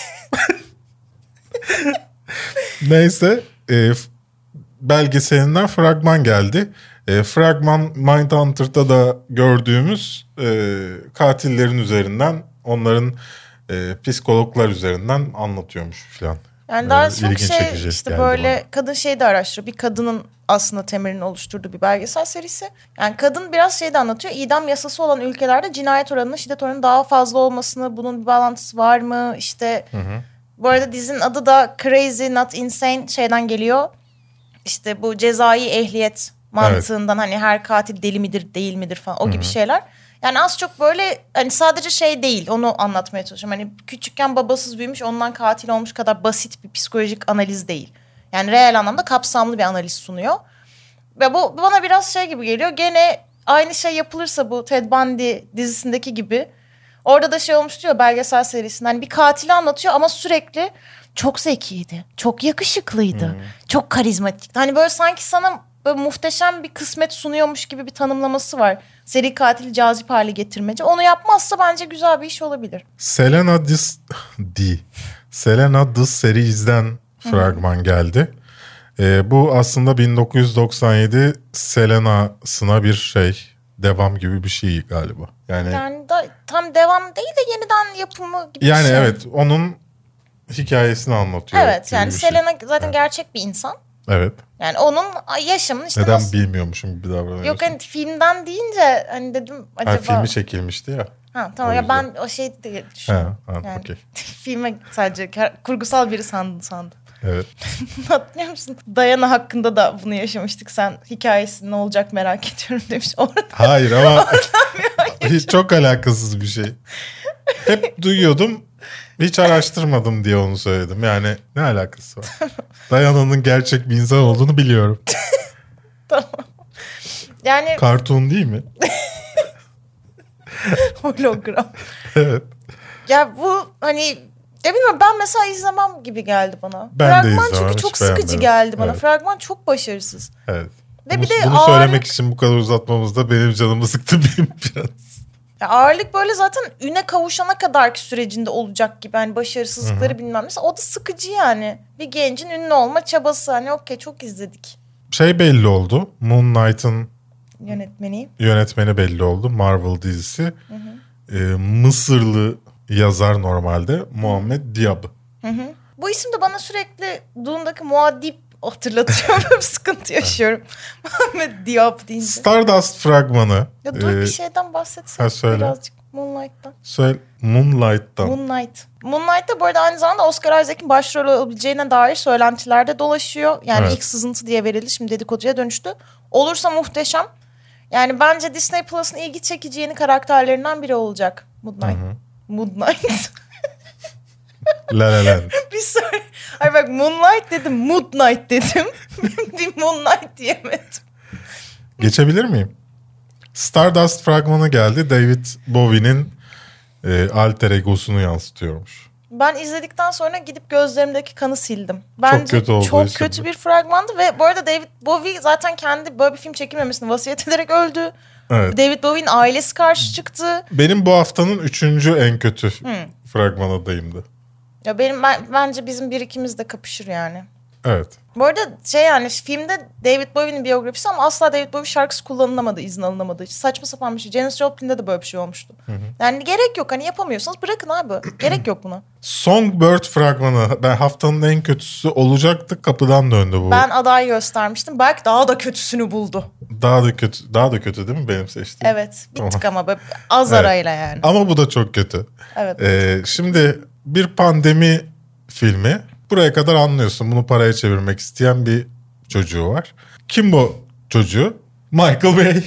Neyse belgeselinden fragman geldi. Fragman Mindhunter'da da gördüğümüz katillerin üzerinden, onların psikologlar üzerinden anlatıyormuş falan. Yani daha çok İlginç şey çekici işte geldi böyle bana. kadın şeyi de araştırıyor. Bir kadının aslında temelini oluşturduğu bir belgesel serisi. Yani kadın biraz şey de anlatıyor. İdam yasası olan ülkelerde cinayet oranının, şiddet oranının daha fazla olmasını, bunun bir bağlantısı var mı? İşte bu arada dizinin adı da Crazy Not Insane şeyden geliyor. İşte bu cezai ehliyet mantığından hani her katil deli midir değil midir falan o gibi şeyler. Yani az çok böyle hani sadece şey değil, onu anlatmaya çalışıyorum. Hani küçükken babasız büyümüş ondan katil olmuş kadar basit bir psikolojik analiz değil. Yani reel anlamda kapsamlı bir analiz sunuyor. Ve bu bana biraz şey gibi geliyor. Gene aynı şey yapılırsa bu Ted Bundy dizisindeki gibi. Orada da şey olmuş diyor belgesel serisinde. Hani bir katili anlatıyor ama sürekli çok zekiydi, çok yakışıklıydı, çok karizmatikti. Hani böyle sanki sana böyle muhteşem bir kısmet sunuyormuş gibi bir tanımlaması var. Seri katili cazip hale getirmece. Onu yapmazsa bence güzel bir iş olabilir. Selena The Series'den fragman geldi. Bu aslında 1997 Selena'sına bir şey, devam gibi bir şey galiba. Yani da tam devam değil de yeniden yapımı gibi yani bir şey. evet, onun hikayesini anlatıyor. Evet yani gibi bir şey. Selena zaten gerçek bir insan. Evet. Yani onun yaşamını işte Neden nasıl... bilmiyormuşum gibi davranıyorsun? Yok hani filmden deyince hani dedim acaba... filmi çekilmişti ya. Ha tamam O ya yüzden. ben o şey de düşünüyorum. Yani okey. filme sadece kurgusal biri sandım. Evet. Hatırlıyor musun? Diana hakkında da bunu yaşamıştık. Sen hikayesi ne olacak merak ediyorum demiş. Orada Hayır ama hiç çok alakasız bir şey. Hep duyuyordum. Hiç araştırmadım diye onu söyledim. Yani ne alakası var? Diana'nın gerçek bir insan olduğunu biliyorum. tamam. Yani Kartun değil mi? hologram. Evet. Ya bu hani ya bilmiyorum ben mesela izlemem gibi geldi bana. Ben de Fragman izlemem, çünkü hiç çok sıkıcı beğenmedim. geldi bana. Evet. Fragman çok başarısız. Evet. Ve bir de bunu ağırlık- söylemek için bu kadar uzatmamız da benim canımı sıktı biraz. Ya ağırlık böyle zaten üne kavuşana kadarki sürecinde olacak gibi. Hani başarısızlıkları bilmem. Mesela o da sıkıcı yani. Bir gencin ünlü olma çabası. Hani okey çok izledik. Şey belli oldu. Moon Knight'ın Yönetmeni. yönetmeni belli oldu. Marvel dizisi. Mısırlı yazar normalde. Muhammed Diab. Bu isim de bana sürekli Dune'daki muadip hatırlatıyor. Böyle bir sıkıntı yaşıyorum. Muhammed Diab deyince. Stardust fragmanı. Ya dur bir şeyden bahsetsene. ha, söyle. Birazcık Moonlight'tan. Moonlight'tan. Moonlight. Moonlight'ta bu arada aynı zamanda Oscar Isaac'in başrol olabileceğine dair söylentilerde dolaşıyor. Yani Evet. ilk sızıntı diye verildi. Şimdi dedikoduya dönüştü. Olursa muhteşem. Yani bence Disney Plus'ın ilgi çekici yeni karakterlerinden biri olacak. Moonlight. La La Land. Bir söyle. Ay bak Moonlight dedim. Moonlight dedim. Bir Moonlight diyemedim. Geçebilir miyim? Stardust fragmanı geldi. David Bowie'nin alter egosunu yansıtıyormuş. Ben izledikten sonra gidip gözlerimdeki kanı sildim. Bence kötü oldu çok işte kötü bu. bir fragmandı ve bu arada David Bowie zaten kendi böyle bir film çekilmemesini vasiyet ederek öldü. Evet. David Bowie'nin ailesi karşı çıktı. Benim bu haftanın 3. en kötü fragman adayımdı. Ya bence bizim bir ikimiz de kapışır yani. Evet. Bu arada yani filmde David Bowie'nin biyografisi ama asla David Bowie şarkısı kullanılamadı, izin alınamadı. Saçma sapan bir şey. Janis Joplin'de de böyle bir şey olmuştu. Yani gerek yok, hani yapamıyorsanız bırakın abi. Gerek yok buna. Songbird fragmanı. Ben haftanın en kötüsü olacaktı. Kapıdan döndü bu. Ben aday göstermiştim. Belki daha da kötüsünü buldu. Daha da kötü değil mi benim seçtiğim? Evet. Bir tık ama böyle az arayla yani. Ama bu da çok kötü. Evet. Şimdi bir pandemi filmi. Buraya kadar anlıyorsun. Bunu paraya çevirmek isteyen bir çocuğu var. Kim bu çocuğu? Michael Bay.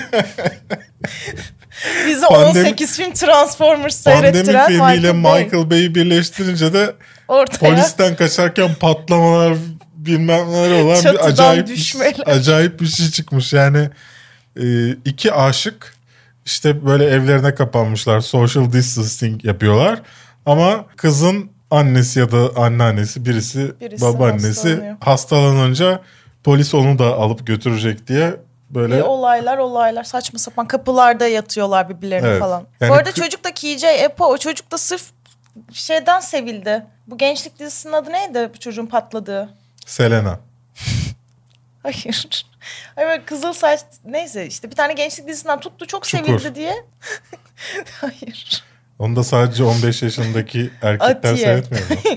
Bize 18 film Transformers seyrettiren Pandemi filmiyle Michael Bay. Michael Bay'i birleştirince de Ortaya polisten kaçarken patlamalar bilmem neler olan çatıdan bir düşmeler. acayip bir şey çıkmış. Yani iki aşık işte böyle evlerine kapanmışlar. Social distancing yapıyorlar. Ama kızın annesi ya da anneannesi birisi babaannesi hastalanınca polis onu da alıp götürecek diye böyle olaylar saçma sapan kapılarda yatıyorlar birbirlerine Evet. falan. Yani Bu arada çocuk da KJ Apa, o çocuk da sırf şeyden sevildi. Bu gençlik dizisinin adı neydi bu çocuğun patladığı? Selena. Hayır. Hayır böyle kızıl saç neyse işte bir tane gençlik dizisinden tuttu çok Çukur. sevildi diye. Hayır. Onu da sadece 15 yaşındaki erkekler Atiye. seyretmiyor mu?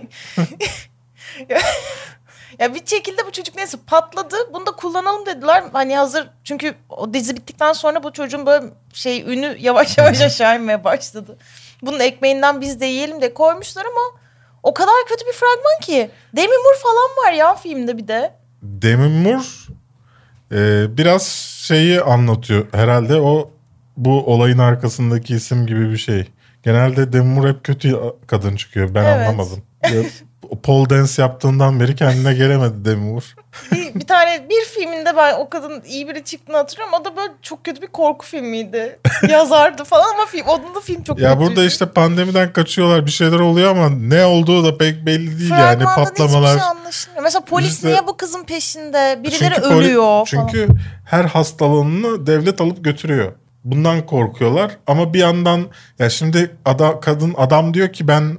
Ya bir şekilde bu çocuk neyse patladı. Bunu da kullanalım dediler. Hani hazır çünkü o dizi bittikten sonra bu çocuğun böyle ünü yavaş yavaş aşağı inmeye başladı. Bunun ekmeğinden biz de yiyelim de koymuşlar ama o kadar kötü bir fragman ki. Demi Moore falan var ya filmde bir de. Demi Moore biraz şeyi anlatıyor. Herhalde o bu olayın arkasındaki isim gibi bir şey. Genelde Demi Moore hep kötü kadın çıkıyor. Ben Evet. anlamadım. Pole dance yaptığından beri kendine gelemedi Demi Moore. Bir tane bir filminde ben o kadın iyi biri çıktığını hatırlıyorum. O da böyle çok kötü bir korku filmiydi. Yazardı falan ama onun da film çok Ya kötüydü. burada işte pandemiden kaçıyorlar, bir şeyler oluyor ama ne olduğu da pek belli değil yani, Fragmandan patlamalar. hiçbir şey anlaşılmıyor. Mesela polis İşte- niye bu kızın peşinde? Birileri Çünkü ölüyor falan. Çünkü her hastalanını devlet alıp götürüyor. Bundan korkuyorlar ama bir yandan ya şimdi adam diyor ki ben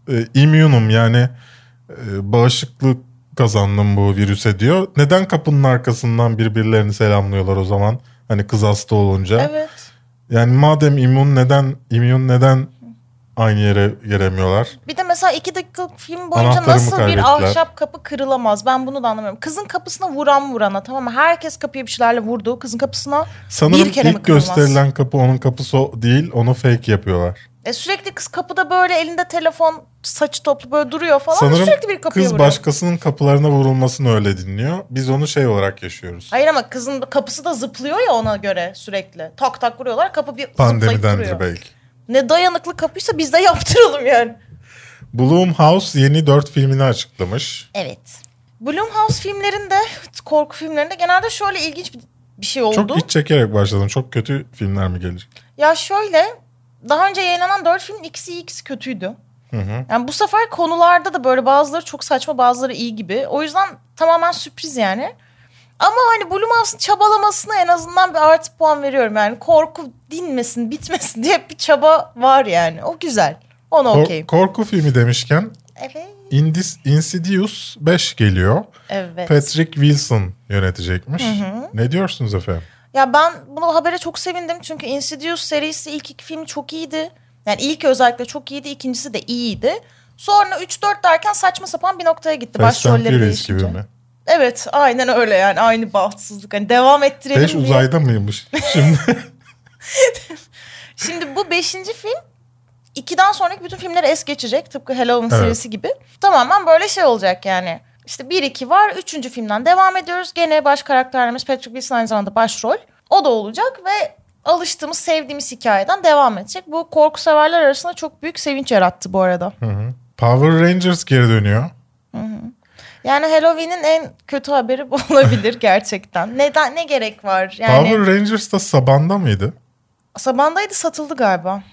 immünüm yani bağışıklık kazandım bu virüse diyor. Neden kapının arkasından birbirlerini selamlıyorlar o zaman? Hani kız hasta olunca. Evet. Yani madem immün neden aynı yere gelemiyorlar? Bir de mesela 2 dakikalık film boyunca Anahtarımı nasıl bir kaybettiler. ahşap kapı kırılamaz? Ben bunu da anlamıyorum. Kızın kapısına vurana tamam mı? Herkes kapıya bir şeylerle vurdu. Kızın kapısına Sanırım bir kere mi ilk kırılmaz? gösterilen kapı onun kapısı değil, onu fake yapıyorlar. Sürekli kız kapıda böyle elinde telefon, saçı toplu böyle duruyor falan. Sanırım Sürekli bir kapıya kız vuruyor. başkasının kapılarına vurulmasını öyle dinliyor. Biz onu şey olarak yaşıyoruz. Hayır ama kızın kapısı da zıplıyor ya ona göre sürekli. Tak tak vuruyorlar. Kapı bir zıplayıp Pandemidendir duruyor. belki. Ne dayanıklı kapıysa biz de yaptıralım yani. Blumhouse yeni 4 filmini açıklamış. Evet. Blumhouse filmlerinde, korku filmlerinde genelde şöyle ilginç bir şey oldu. Çok iç çekerek başladım. Çok kötü filmler mi gelecek? Ya şöyle, daha önce yayınlanan 4 filmin ikisi kötüydü. Yani bu sefer konularda da böyle bazıları çok saçma, bazıları iyi gibi. O yüzden tamamen sürpriz yani. Ama hani Blumhouse'un çabalamasına en azından bir artı puan veriyorum. Yani korku dinmesin, bitmesin diye bir çaba var yani. O güzel. Ona okeyim. Korku filmi demişken Evet. Insidious 5 geliyor. Evet. Patrick Wilson yönetecekmiş. Ne diyorsunuz efendim? Ya ben bu habere çok sevindim. Çünkü Insidious serisi ilk 2 filmi çok iyiydi. Yani ilk özellikle çok iyiydi. İkincisi de iyiydi. Sonra 3-4 derken saçma sapan bir noktaya gitti. Fast and Başrolleri Furious gibi değişince. mi? Evet aynen öyle yani. Aynı bahtsızlık. Hani devam ettirelim 5 diye. uzayda mıymış şimdi? Şimdi bu 5. film 2'den sonraki bütün filmleri es geçecek. Tıpkı Halloween Evet. serisi gibi. Tamamen böyle şey olacak yani. İşte 1-2 var. 3. filmden devam ediyoruz. Gene baş karakterlerimiz Patrick Wilson aynı zamanda başrol. O da olacak ve alıştığımız, sevdiğimiz hikayeden devam edecek. Bu korku severler arasında çok büyük sevinç yarattı bu arada. Power Rangers geri dönüyor. Yani Halloween'in en kötü haberi bu olabilir gerçekten. Neden, ne gerek var? Yani Power Rangers da Saban'da mıydı? Saban'daydı, satıldı galiba.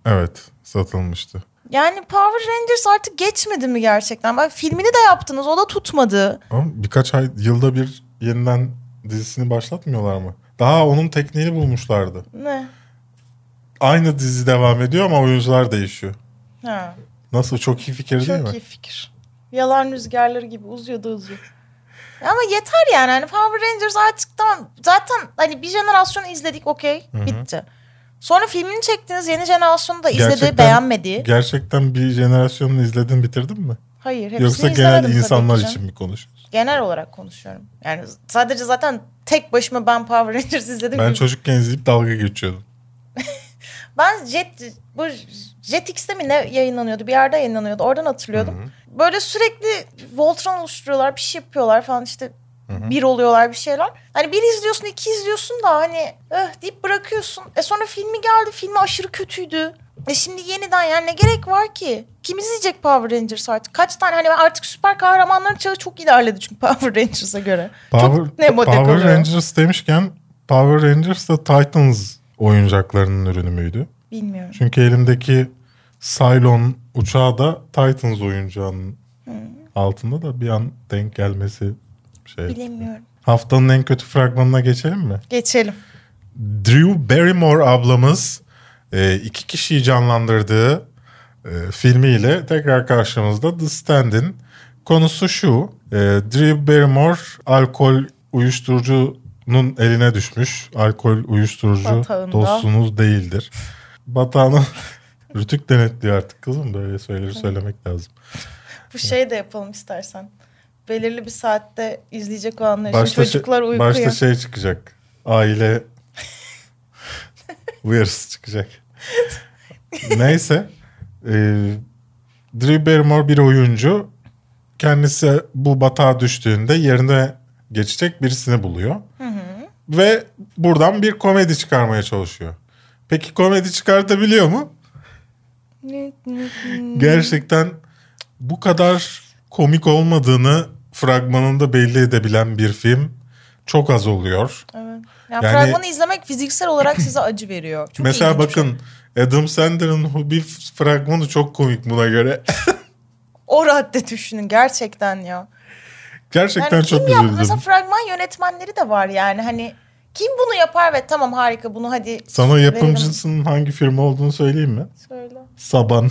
Evet, satılmıştı. Yani Power Rangers artık geçmedi mi gerçekten? Bak filmini de yaptınız, o da tutmadı. Ama birkaç yılda bir yeniden dizisini başlatmıyorlar mı? Daha onun tekniğini bulmuşlardı. Ne? Aynı dizi devam ediyor ama oyuncular değişiyor. Ha. Nasıl, çok iyi fikir değil mi? Çok iyi fikir. Yalan rüzgarları gibi uzuyor da uzuyor. Ama yeter yani. Hani Power Rangers artık tamam. Zaten hani bir jenerasyonu izledik, okey. Bitti. Sonra filmini çektiniz, yeni jenerasyonu da izledi, beğenmedi. Gerçekten bir jenerasyonunu izledin, bitirdin mi? Hayır, hepsini Yoksa izlemedim genel insanlar tabii ki için mi konuşuyorsun? Genel olarak konuşuyorum. Yani sadece zaten tek başıma ben Power Rangers izledim. Ben çocukken izleyip dalga geçiyordum. Ben bu Jetix'te mi ne yayınlanıyordu? Bir yerde yayınlanıyordu. Oradan hatırlıyordum. Böyle sürekli Voltron oluşturuyorlar, bir şey yapıyorlar falan işte. Bir oluyorlar bir şeyler. Hani bir izliyorsun, iki izliyorsun da hani deyip bırakıyorsun. Sonra filmi geldi. Filmi aşırı kötüydü. Şimdi yeniden yani ne gerek var ki? Kim izleyecek Power Rangers artık? Kaç tane hani artık süper kahramanların çağı çok ilerledi çünkü Power Rangers'a göre. Çok ne model Power oluyor. Rangers demişken Power Rangers da Titans oyuncaklarının ürünü müydü? Bilmiyorum. Çünkü elimdeki Cylon uçağı da Titans oyuncağının altında da bir an denk gelmesi şey. Bilemiyorum. Haftanın en kötü fragmanına geçelim mi? Geçelim. Drew Barrymore ablamız iki kişiyi canlandırdığı filmiyle tekrar karşımızda. The Stand'in konusu şu. Drew Barrymore alkol uyuşturucunun eline düşmüş. Alkol uyuşturucu Batağında. dostunuz değildir. Batağını Rütük denetliyor artık kızım, böyle söyleri söylemek lazım. Bu şey de yapalım istersen. Belirli bir saatte izleyecek olanlar için çocuklar uykuya. Başta şey çıkacak. Aile uyarısı çıkacak. Neyse. Drew Barrymore bir oyuncu. Kendisi bu batağa düştüğünde yerine geçecek birisini buluyor. Ve buradan bir komedi çıkarmaya çalışıyor. Peki komedi çıkartabiliyor mu? Gerçekten bu kadar komik olmadığını fragmanında belli edebilen bir film çok az oluyor. Evet. Yani Yani- fragmanı izlemek fiziksel olarak size acı veriyor. Çok Mesela ilginç bir şey. bakın Adam Sandler'ın bir fragmanı çok komik buna göre. O radde düşünün gerçekten ya. Gerçekten Yani çok kim yaptı? üzüldüm. Mesela fragman yönetmenleri de var yani hani kim bunu yapar ve tamam harika bunu hadi Sana verelim. yapımcısının hangi firma olduğunu söyleyeyim mi? Söyle. Saban.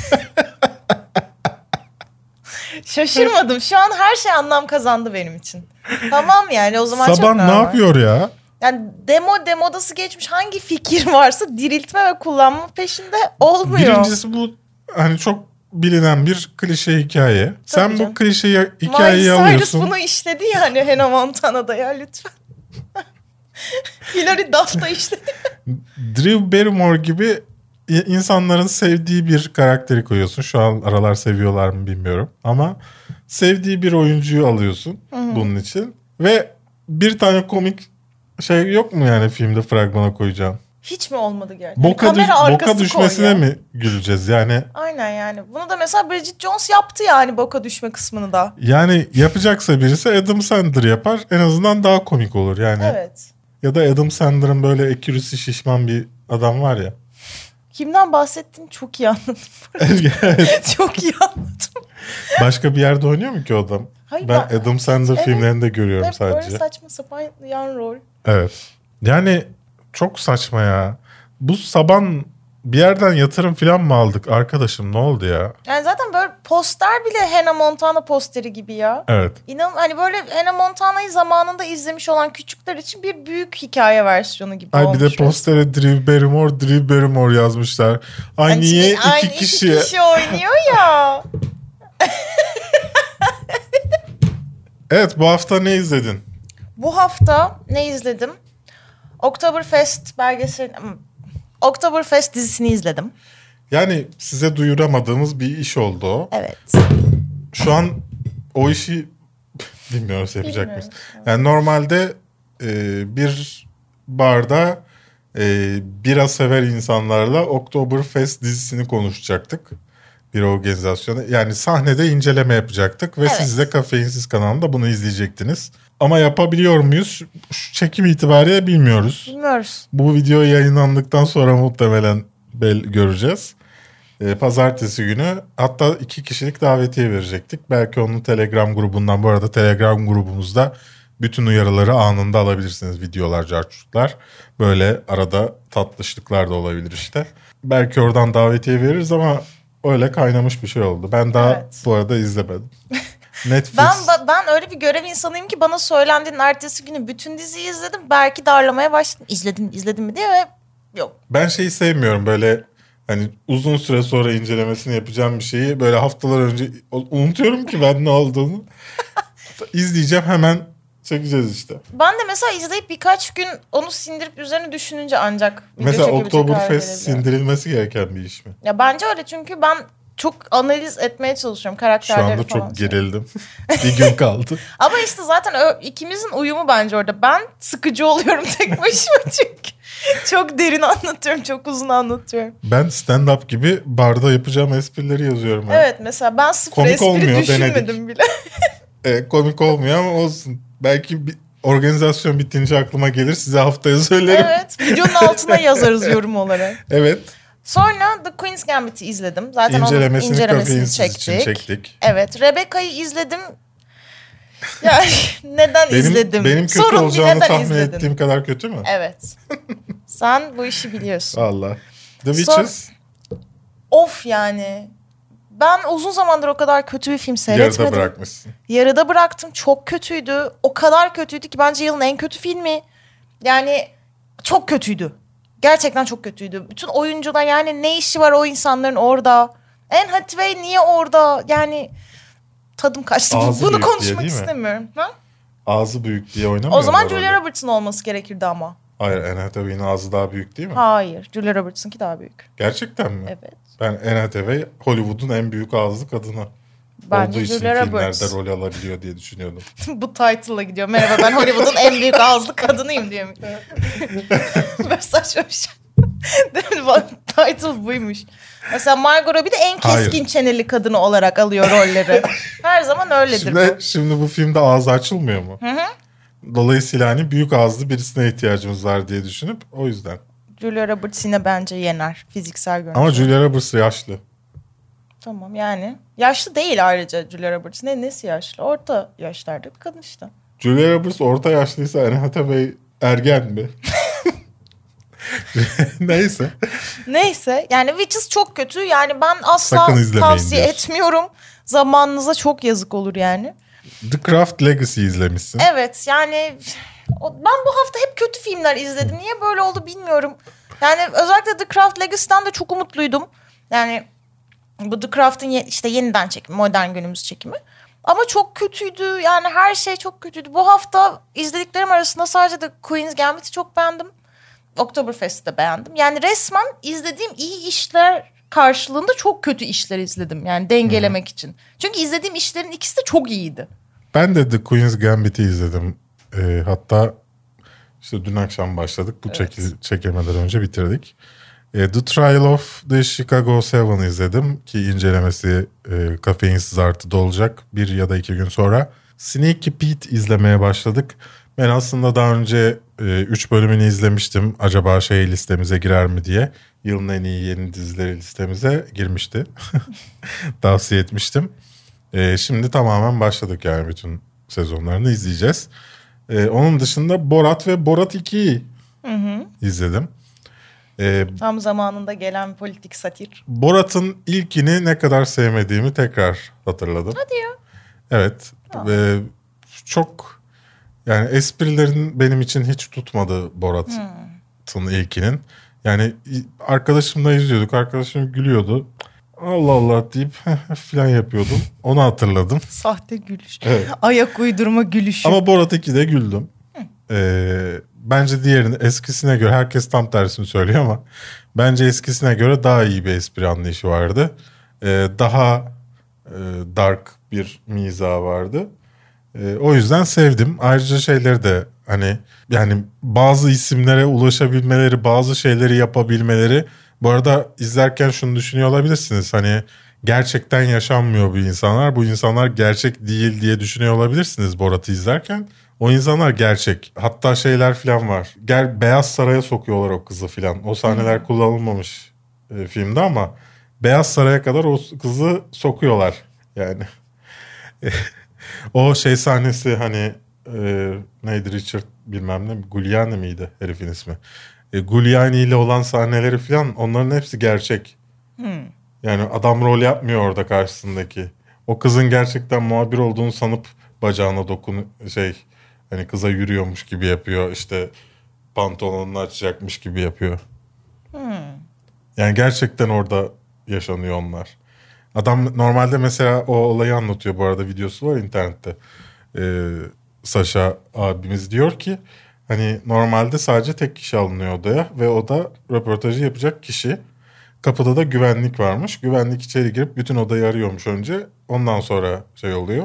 Şaşırmadım. Şu an her şey anlam kazandı benim için. Tamam yani o zaman çok Saban ne normal. yapıyor ya? Yani demodası geçmiş hangi fikir varsa diriltme ve kullanma peşinde olmuyor. Birincisi bu hani çok bilinen bir klişe hikaye. Sen canım. bu klişe hikayeyi Miley Cyrus alıyorsun. bunu işledi yani Hannah Montana'da ya lütfen. Hilary Duff da işledi. Drew Barrymore gibi insanların sevdiği bir karakteri koyuyorsun. Şu an aralar seviyorlar mı bilmiyorum. Ama sevdiği bir oyuncuyu alıyorsun bunun için. Ve bir tane komik şey yok mu yani filmde fragmana koyacağım? Hiç mi olmadı gerçekten? Kamera arkası boka düşmesine koy ya. mi güleceğiz yani? Aynen yani. Bunu da mesela Bridget Jones yaptı yani boka düşme kısmını da. Yani yapacaksa birisi Adam Sandler yapar. En azından daha komik olur yani. Evet. Ya da Adam Sandler'ın böyle ekürüsü şişman bir adam var ya. Kimden bahsettiğini çok iyi anladım. Çok iyi anladım. Başka bir yerde oynuyor mu ki o adam? Hayır, Ben Adam Sandler Evet. filmlerinde görüyorum Hep sadece. böyle saçma sapan yan rol. Evet. Yani çok saçma ya. Bu Saban bir yerden yatırım falan mı aldık arkadaşım, ne oldu ya? Yani zaten böyle poster bile Hannah Montana posteri gibi ya. Evet. İnan hani böyle Hannah Montana'yı zamanında izlemiş olan küçükler için bir büyük hikaye versiyonu gibi Ay olmuş. bir de postere Drew Barrymore yazmışlar. Ay Yani niye çünkü aynı iki kişi? oynuyor ya. Evet, bu hafta ne izledin? Bu hafta ne izledim? Oktoberfest dizisini izledim. Yani size duyuramadığımız bir iş oldu o. Evet. Şu an o işi bilmiyoruz yapacak Bilmiyoruz. mıyız? Yani normalde bir barda bira sever insanlarla Oktoberfest dizisini konuşacaktık. Bir organizasyonu. Yani sahnede inceleme yapacaktık ve Evet. siz de Kafeinsiz kanalında bunu izleyecektiniz. Ama yapabiliyor muyuz? Şu çekim itibariyle bilmiyoruz. Bilmiyoruz. Bu video yayınlandıktan sonra muhtemelen göreceğiz. Pazartesi günü hatta 2 kişilik davetiye verecektik. Belki onun Telegram grubundan, bu arada Telegram grubumuzda bütün uyarıları anında alabilirsiniz. Videolar, carçurtlar. Böyle arada tatlışlıklar da olabilir işte. Belki oradan davetiye veririz ama öyle kaynamış bir şey oldu. Ben daha bu arada izlemedim. Netflix. Ben öyle bir görev insanıyım ki bana söylendiğinin ertesi günü bütün diziyi izledim. Belki darlamaya başladım. İzledim mi diye ve yok. Ben şeyi sevmiyorum, böyle hani uzun süre sonra incelemesini yapacağım bir şeyi böyle haftalar önce unutuyorum ki ben ne olduğunu. İzleyeceğim, hemen çekeceğiz işte. Ben de mesela izleyip birkaç gün onu sindirip üzerine düşününce ancak mesela Oktoberfest sindirilmesi gereken bir iş mi? Ya bence öyle, çünkü ben çok analiz etmeye çalışıyorum Şu karakterleri anda falan. çok gerildim. Bir gün kaldı. Ama işte zaten ikimizin uyumu bence orada. Ben sıkıcı oluyorum tek başıma çünkü. Çok derin anlatıyorum, çok uzun anlatıyorum. Ben stand-up gibi barda yapacağım esprileri yazıyorum. Evet, mesela ben sıfır komik espri olmuyor, düşünmedim denedik. bile. Komik olmuyor ama olsun. Belki bir organizasyon bitince aklıma gelir, size haftaya söylerim. Evet, videonun altına yazarız yorum olarak. Evet. Sonra The Queen's Gambit'i izledim. Zaten İncelemesini onun incelemesini için çektik. Evet, Rebecca'yı izledim. Ya neden izledim? Benim kötü Sorun olacağını neden tahmin izledin? ettiğim kadar kötü mü? Evet. Sen bu işi biliyorsun. Allah. The Witches. Of yani. Ben uzun zamandır o kadar kötü bir film seyretmedim. Yarıda bırakmışsın. Yarıda bıraktım. Çok kötüydü. O kadar kötüydü ki bence yılın en kötü filmi. Yani çok kötüydü. Gerçekten çok kötüydü. Bütün oyuncular, yani ne işi var o insanların orada? Anne Hathaway niye orada? Yani tadım kaçtı. Ağzı Bunu büyük diye, konuşmak değil mi? istemiyorum. Ha? Ağzı büyük diye oynamıyor. O zaman Julia Roberts'ın olması gerekirdi ama. Hayır, Anne Hathaway'in ağzı daha büyük değil mi? Hayır. Julia Roberts'ınki daha büyük. Gerçekten mi? Evet. Ben Anne Hathaway Hollywood'un en büyük ağızlı kadını. Bence olduğu için Julia filmlerde Roberts. rol alabiliyor diye düşünüyordum. Bu title'la gidiyor. Merhaba, ben Hollywood'un en büyük ağızlı kadınıyım diye mi? Böyle saçma bir şey. Değil mi? Bak, title buymuş. Mesela Margot Robbie de en keskin Hayır. çeneli kadını olarak alıyor rolleri. Her zaman öyledir bu. Şimdi bu filmde ağzı açılmıyor mu? Hı. Dolayısıyla hani büyük ağızlı birisine ihtiyacımız var diye düşünüp o yüzden. Julia Roberts yine bence yener fiziksel görünüş. Ama Julia Roberts yaşlı. Tamam yani. Yaşlı değil ayrıca Julia Roberts. Nesi yaşlı? Orta yaşlarda bir kadın işte. Julia Roberts orta yaşlıysa Anne Hathaway ergen mi? Neyse. Neyse yani Witches çok kötü. Yani ben asla Sakın izlemeyin tavsiye diyorsun. etmiyorum. Zamanınıza çok yazık olur yani. The Craft Legacy izlemişsin. Evet yani ben bu hafta hep kötü filmler izledim. Niye böyle oldu bilmiyorum. Yani özellikle The Craft Legacy'den de çok umutluydum. Yani bu The Craft'ın işte yeniden çekimi, modern günümüz çekimi. Ama çok kötüydü. Yani her şey çok kötüydü. Bu hafta izlediklerim arasında sadece The Queen's Gambit'i çok beğendim. Oktoberfest'i de beğendim. Yani resmen izlediğim iyi işler karşılığında çok kötü işler izledim. Yani dengelemek için. Çünkü izlediğim işlerin ikisi de çok iyiydi. Ben de The Queen's Gambit'i izledim. Hatta işte dün akşam başladık. Bu çekemeden önce bitirdik. The Trial of the Chicago 7 izledim. Ki incelemesi Kafeinsiz Artı'da olacak. 1 ya da 2 gün sonra. Sneaky Pete izlemeye başladık. Ben aslında daha önce 3 bölümünü izlemiştim. Acaba listemize girer mi diye. Yılın en iyi yeni dizileri listemize girmişti. Tavsiye etmiştim. Şimdi tamamen başladık, yani bütün sezonlarını izleyeceğiz. Onun dışında Borat ve Borat 2'yi izledim. Tam zamanında gelen politik satir. Borat'ın ilkini ne kadar sevmediğimi tekrar hatırladım. Hadi ya. Evet. Çok yani esprilerin benim için hiç tutmadı Borat'ın ilkinin. Yani arkadaşımla izliyorduk. Arkadaşım gülüyordu. Allah Allah deyip falan yapıyordum. Onu hatırladım. Sahte gülüş. Evet. Ayak uydurma gülüşü. Ama Borat 2'de güldüm. Bence diğerinin eskisine göre, herkes tam tersini söylüyor ama bence eskisine göre daha iyi bir espri anlayışı vardı. Daha dark bir mizahı vardı. O yüzden sevdim. Ayrıca şeyleri de hani yani bazı isimlere ulaşabilmeleri, bazı şeyleri yapabilmeleri. Bu arada izlerken şunu düşünüyor olabilirsiniz. Hani gerçekten yaşanmıyor bu insanlar. Bu insanlar gerçek değil diye düşünüyor olabilirsiniz Borat'ı izlerken. O insanlar gerçek. Hatta şeyler falan var. Beyaz Saray'a sokuyorlar o kızı falan. O sahneler kullanılmamış filmde ama Beyaz Saray'a kadar o kızı sokuyorlar yani. O şey sahnesi hani neydi, Richard bilmem ne, Giuliani miydi herifin ismi? Giuliani ile olan sahneleri falan, onların hepsi gerçek. Yani adam rol yapmıyor orada karşısındaki. O kızın gerçekten muhabir olduğunu sanıp bacağına hani kıza yürüyormuş gibi yapıyor. İşte pantolonunu açacakmış gibi yapıyor. Yani gerçekten orada yaşanıyor onlar. Adam normalde mesela o olayı anlatıyor, bu arada videosu var internette. Saşa abimiz diyor ki hani normalde sadece tek kişi alınıyor odaya ve o da röportajı yapacak kişi. Kapıda da güvenlik varmış. Güvenlik içeri girip bütün odayı arıyormuş önce. Ondan sonra şey oluyor.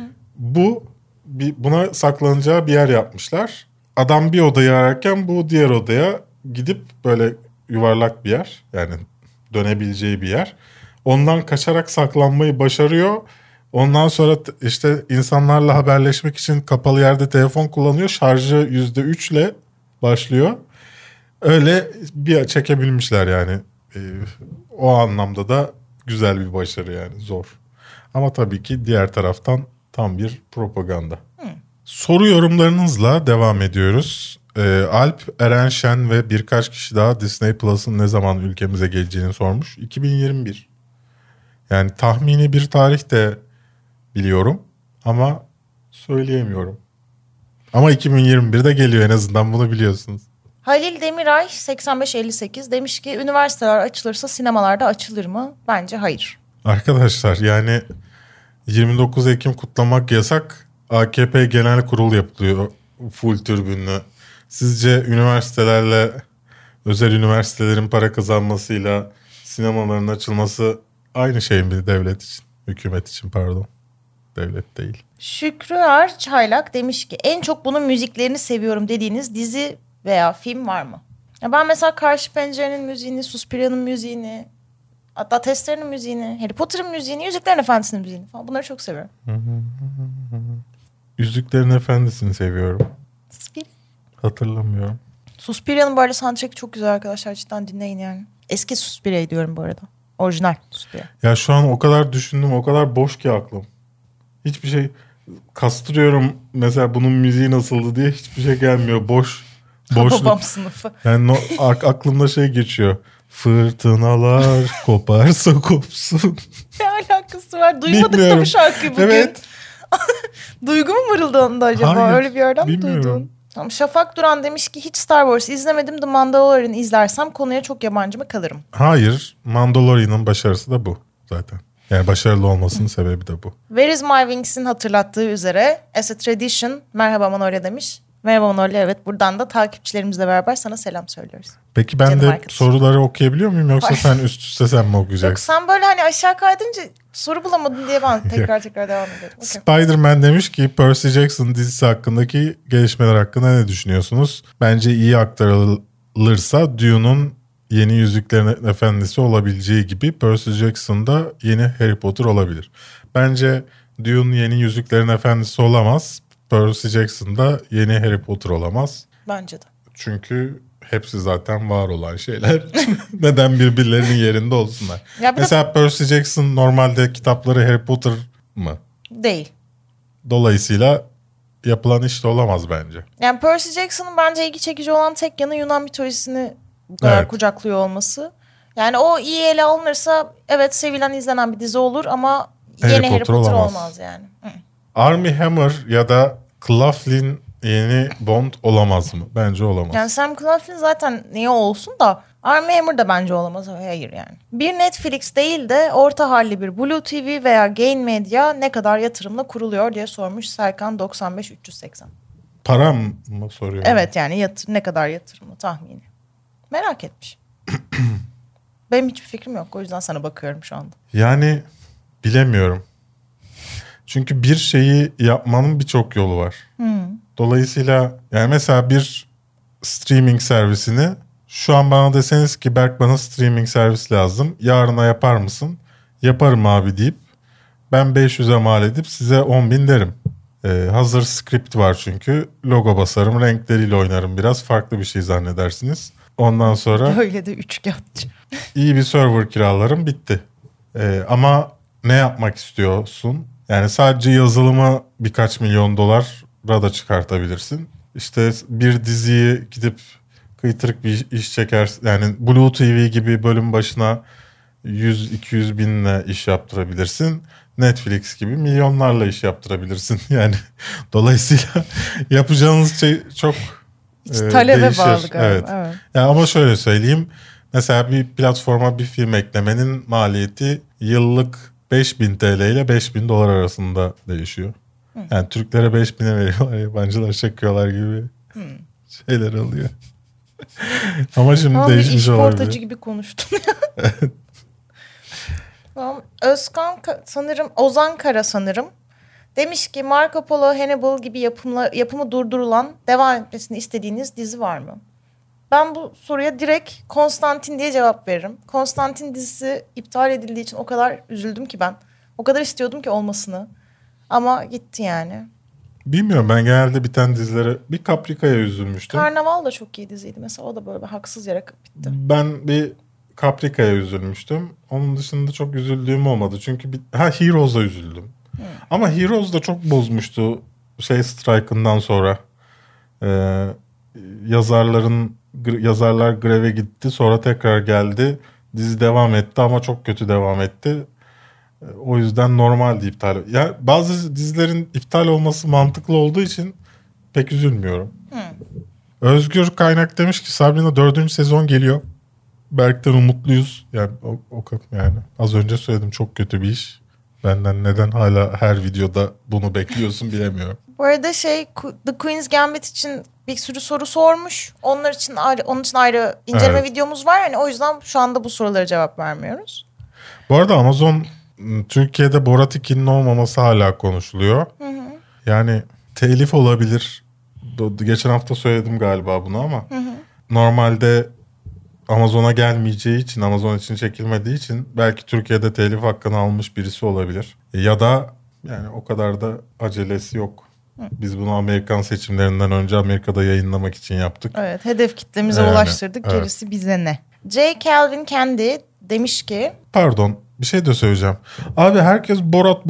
Buna saklanacağı bir yer yapmışlar. Adam bir odayı ararken bu diğer odaya gidip, böyle yuvarlak bir yer, yani dönebileceği bir yer. Ondan kaçarak saklanmayı başarıyor. Ondan sonra işte insanlarla haberleşmek için kapalı yerde telefon kullanıyor. Şarjı %3'le başlıyor. Öyle bir çekebilmişler yani. O anlamda da güzel bir başarı yani, zor. Ama tabii ki diğer taraftan tam bir propaganda. Soru yorumlarınızla devam ediyoruz. Alp, Eren Şen ve birkaç kişi daha Disney Plus'ın ne zaman ülkemize geleceğini sormuş. 2021. Yani tahmini bir tarih de biliyorum ama söyleyemiyorum. Ama 2021'de geliyor, en azından bunu biliyorsunuz. Halil Demiray 8558 demiş ki üniversiteler açılırsa sinemalarda açılır mı? Bence hayır. Arkadaşlar yani 29 Ekim kutlamak yasak. AKP Genel Kurul yapılıyor full türbünlü. Sizce üniversitelerle, özel üniversitelerin para kazanmasıyla sinemaların açılması aynı şey mi devlet için? Hükümet için pardon. Devlet değil. Şükrü Çaylak demiş ki en çok bunun müziklerini seviyorum dediğiniz dizi veya film var mı? Ya ben mesela Karşı Pencerenin müziğini, Suspiria'nın müziğini, hatta Testere'nin müziğini, Harry Potter'ın müziğini, Yüzüklerin Efendisi'nin müziğini falan, bunları çok seviyorum. Yüzüklerin Efendisi'ni seviyorum. Suspiria. Hatırlamıyorum. Suspiria'nın böyle soundtrack'i çok güzel arkadaşlar, cidden dinleyin yani. Eski Suspiria'yı diyorum bu arada. Orijinal Suspiria. Ya şu an o kadar düşündüm, o kadar boş ki aklım. Hiçbir şey kastırıyorum mesela, bunun müziği nasıldı diye hiçbir şey gelmiyor. Boşluk. Babam sınıfı. Yani aklımda şey geçiyor. Fırtınalar koparsa kopsun. Ne alakası var? Duymadık da Bilmiyorum. bu şarkıyı bugün. Evet. Duygu mu mırıldandı acaba? Hayır, Öyle bir yerden mi bilmiyorum. duydun? Tamam. Şafak Duran demiş ki hiç Star Wars izlemedim. The Mandalorian izlersem konuya çok yabancı mı kalırım? Hayır. Mandalorian'ın başarısı da bu zaten. Yani başarılı olmasının sebebi de bu. Where is My Wings'in hatırlattığı üzere as a tradition, merhaba Manolya demiş. Merhaba Manolya, evet, buradan da takipçilerimizle beraber sana selam söylüyoruz. Peki ben Canım de arkadaşım. soruları okuyabiliyor muyum, yoksa Hayır. sen üst üste sen mi Yok, okuyacaksın? sen böyle hani aşağı kaydınca soru bulamadın diye ben tekrar devam edelim. Okay. Spider-Man demiş ki Percy Jackson dizisi hakkındaki gelişmeler hakkında ne düşünüyorsunuz? Bence iyi aktarılırsa Dune'un yeni Yüzüklerin Efendisi olabileceği gibi Percy Jackson da yeni Harry Potter olabilir. Bence Dune yeni Yüzüklerin Efendisi olamaz. Percy Jackson da yeni Harry Potter olamaz. Bence de. Çünkü hepsi zaten var olan şeyler. Neden birbirlerinin yerinde olsunlar? Ya bir de- Mesela Percy Jackson normalde kitapları Harry Potter mı? Değil. Dolayısıyla yapılan iş de olamaz bence. Yani Percy Jackson'ın bence ilgi çekici olan tek yanı Yunan mitolojisini bu kadar Evet. kucaklıyor olması. Yani o iyi ele alınırsa evet sevilen izlenen bir dizi olur ama yeni Harry Potter olmaz yani. Hı. Armie Hammer ya da Claflin yeni Bond olamaz mı? Bence olamaz. Yani Sam Claflin zaten niye olsun da Armie Hammer da bence olamaz. Hayır yani. Bir Netflix değil de orta halli bir Blue TV veya Gain Media ne kadar yatırımla kuruluyor diye sormuş Serkan 95380. Param mı soruyor? Evet yani ne kadar yatırımlı tahmini. Merak etmiş. Benim hiçbir fikrim yok. O yüzden sana bakıyorum şu anda. Yani bilemiyorum. Çünkü bir şeyi yapmanın birçok yolu var. Dolayısıyla yani mesela bir streaming servisini şu an bana deseniz ki Berk bana streaming servis lazım, yarına yapar mısın? Yaparım abi deyip ben 500'e mal edip size 10.000 derim. Hazır script var çünkü. Logo basarım, renkleriyle oynarım biraz. Farklı bir şey zannedersiniz. Ondan sonra Böyle de üçkağıtçı. iyi bir server kiralarım, bitti. Ama ne yapmak istiyorsun? Yani sadece yazılımı birkaç milyon dolara da çıkartabilirsin. İşte bir diziyi gidip kıytırık bir iş çekersin. Yani Blue TV gibi bölüm başına 100-200 binle iş yaptırabilirsin. Netflix gibi milyonlarla iş yaptırabilirsin. Yani dolayısıyla yapacağınız şey çok Talebe değişir. bağlı galiba. Evet. Yani ama şöyle söyleyeyim. Mesela bir platforma bir film eklemenin maliyeti yıllık 5.000 TL ile 5.000 dolar arasında değişiyor. Yani Türklere 5.000'e veriyorlar, yabancılar çakıyorlar gibi şeyler oluyor. Ama şimdi Tamam, değişmiş bir olabilir. işportacı gibi konuştun. Tamam. Sanırım Ozan Kara sanırım. Demiş ki Marco Polo, Hannibal gibi yapımı durdurulan, devam etmesini istediğiniz dizi var mı? Ben bu soruya direkt Konstantin diye cevap veririm. Konstantin dizisi iptal edildiği için o kadar üzüldüm ki ben. O kadar istiyordum ki olmasını. Ama gitti yani. Bilmiyorum, ben genelde biten dizilere bir Caprica'ya üzülmüştüm. Karnaval da çok iyi diziydi mesela. O da böyle haksız yere bitti. Ben bir Caprica'ya üzülmüştüm. Onun dışında çok üzüldüğüm olmadı. Çünkü Heroes'a üzüldüm. Ama Heroes da çok bozmuştu Strike'ından sonra. Yazarlar greve gitti, sonra tekrar geldi. Dizi devam etti ama çok kötü devam etti. O yüzden normaldi iptal. Ya bazı dizilerin iptal olması mantıklı olduğu için pek üzülmüyorum. Özgür Kaynak demiş ki Sabrina 4. sezon geliyor. Berk'ten umutluyuz. Yani yani az önce söyledim, çok kötü bir iş. Benden neden hala her videoda bunu bekliyorsun bilemiyorum. Bu arada The Queen's Gambit için bir sürü soru sormuş. Onun için ayrı inceleme videomuz var. Yani o yüzden şu anda bu sorulara cevap vermiyoruz. Bu arada Amazon Türkiye'de Borat 2'nin olmaması hala konuşuluyor. Yani telif olabilir. Geçen hafta söyledim galiba bunu ama normalde Amazon'a gelmeyeceği için, Amazon için çekilmediği için belki Türkiye'de telif hakkını almış birisi olabilir. Ya da yani o kadar da acelesi yok. Biz bunu Amerikan seçimlerinden önce Amerika'da yayınlamak için yaptık. Evet, hedef kitlemize ulaştırdık. Evet. Gerisi bize ne? J. Calvin Candy demiş ki... Pardon, bir şey de söyleyeceğim. Abi herkes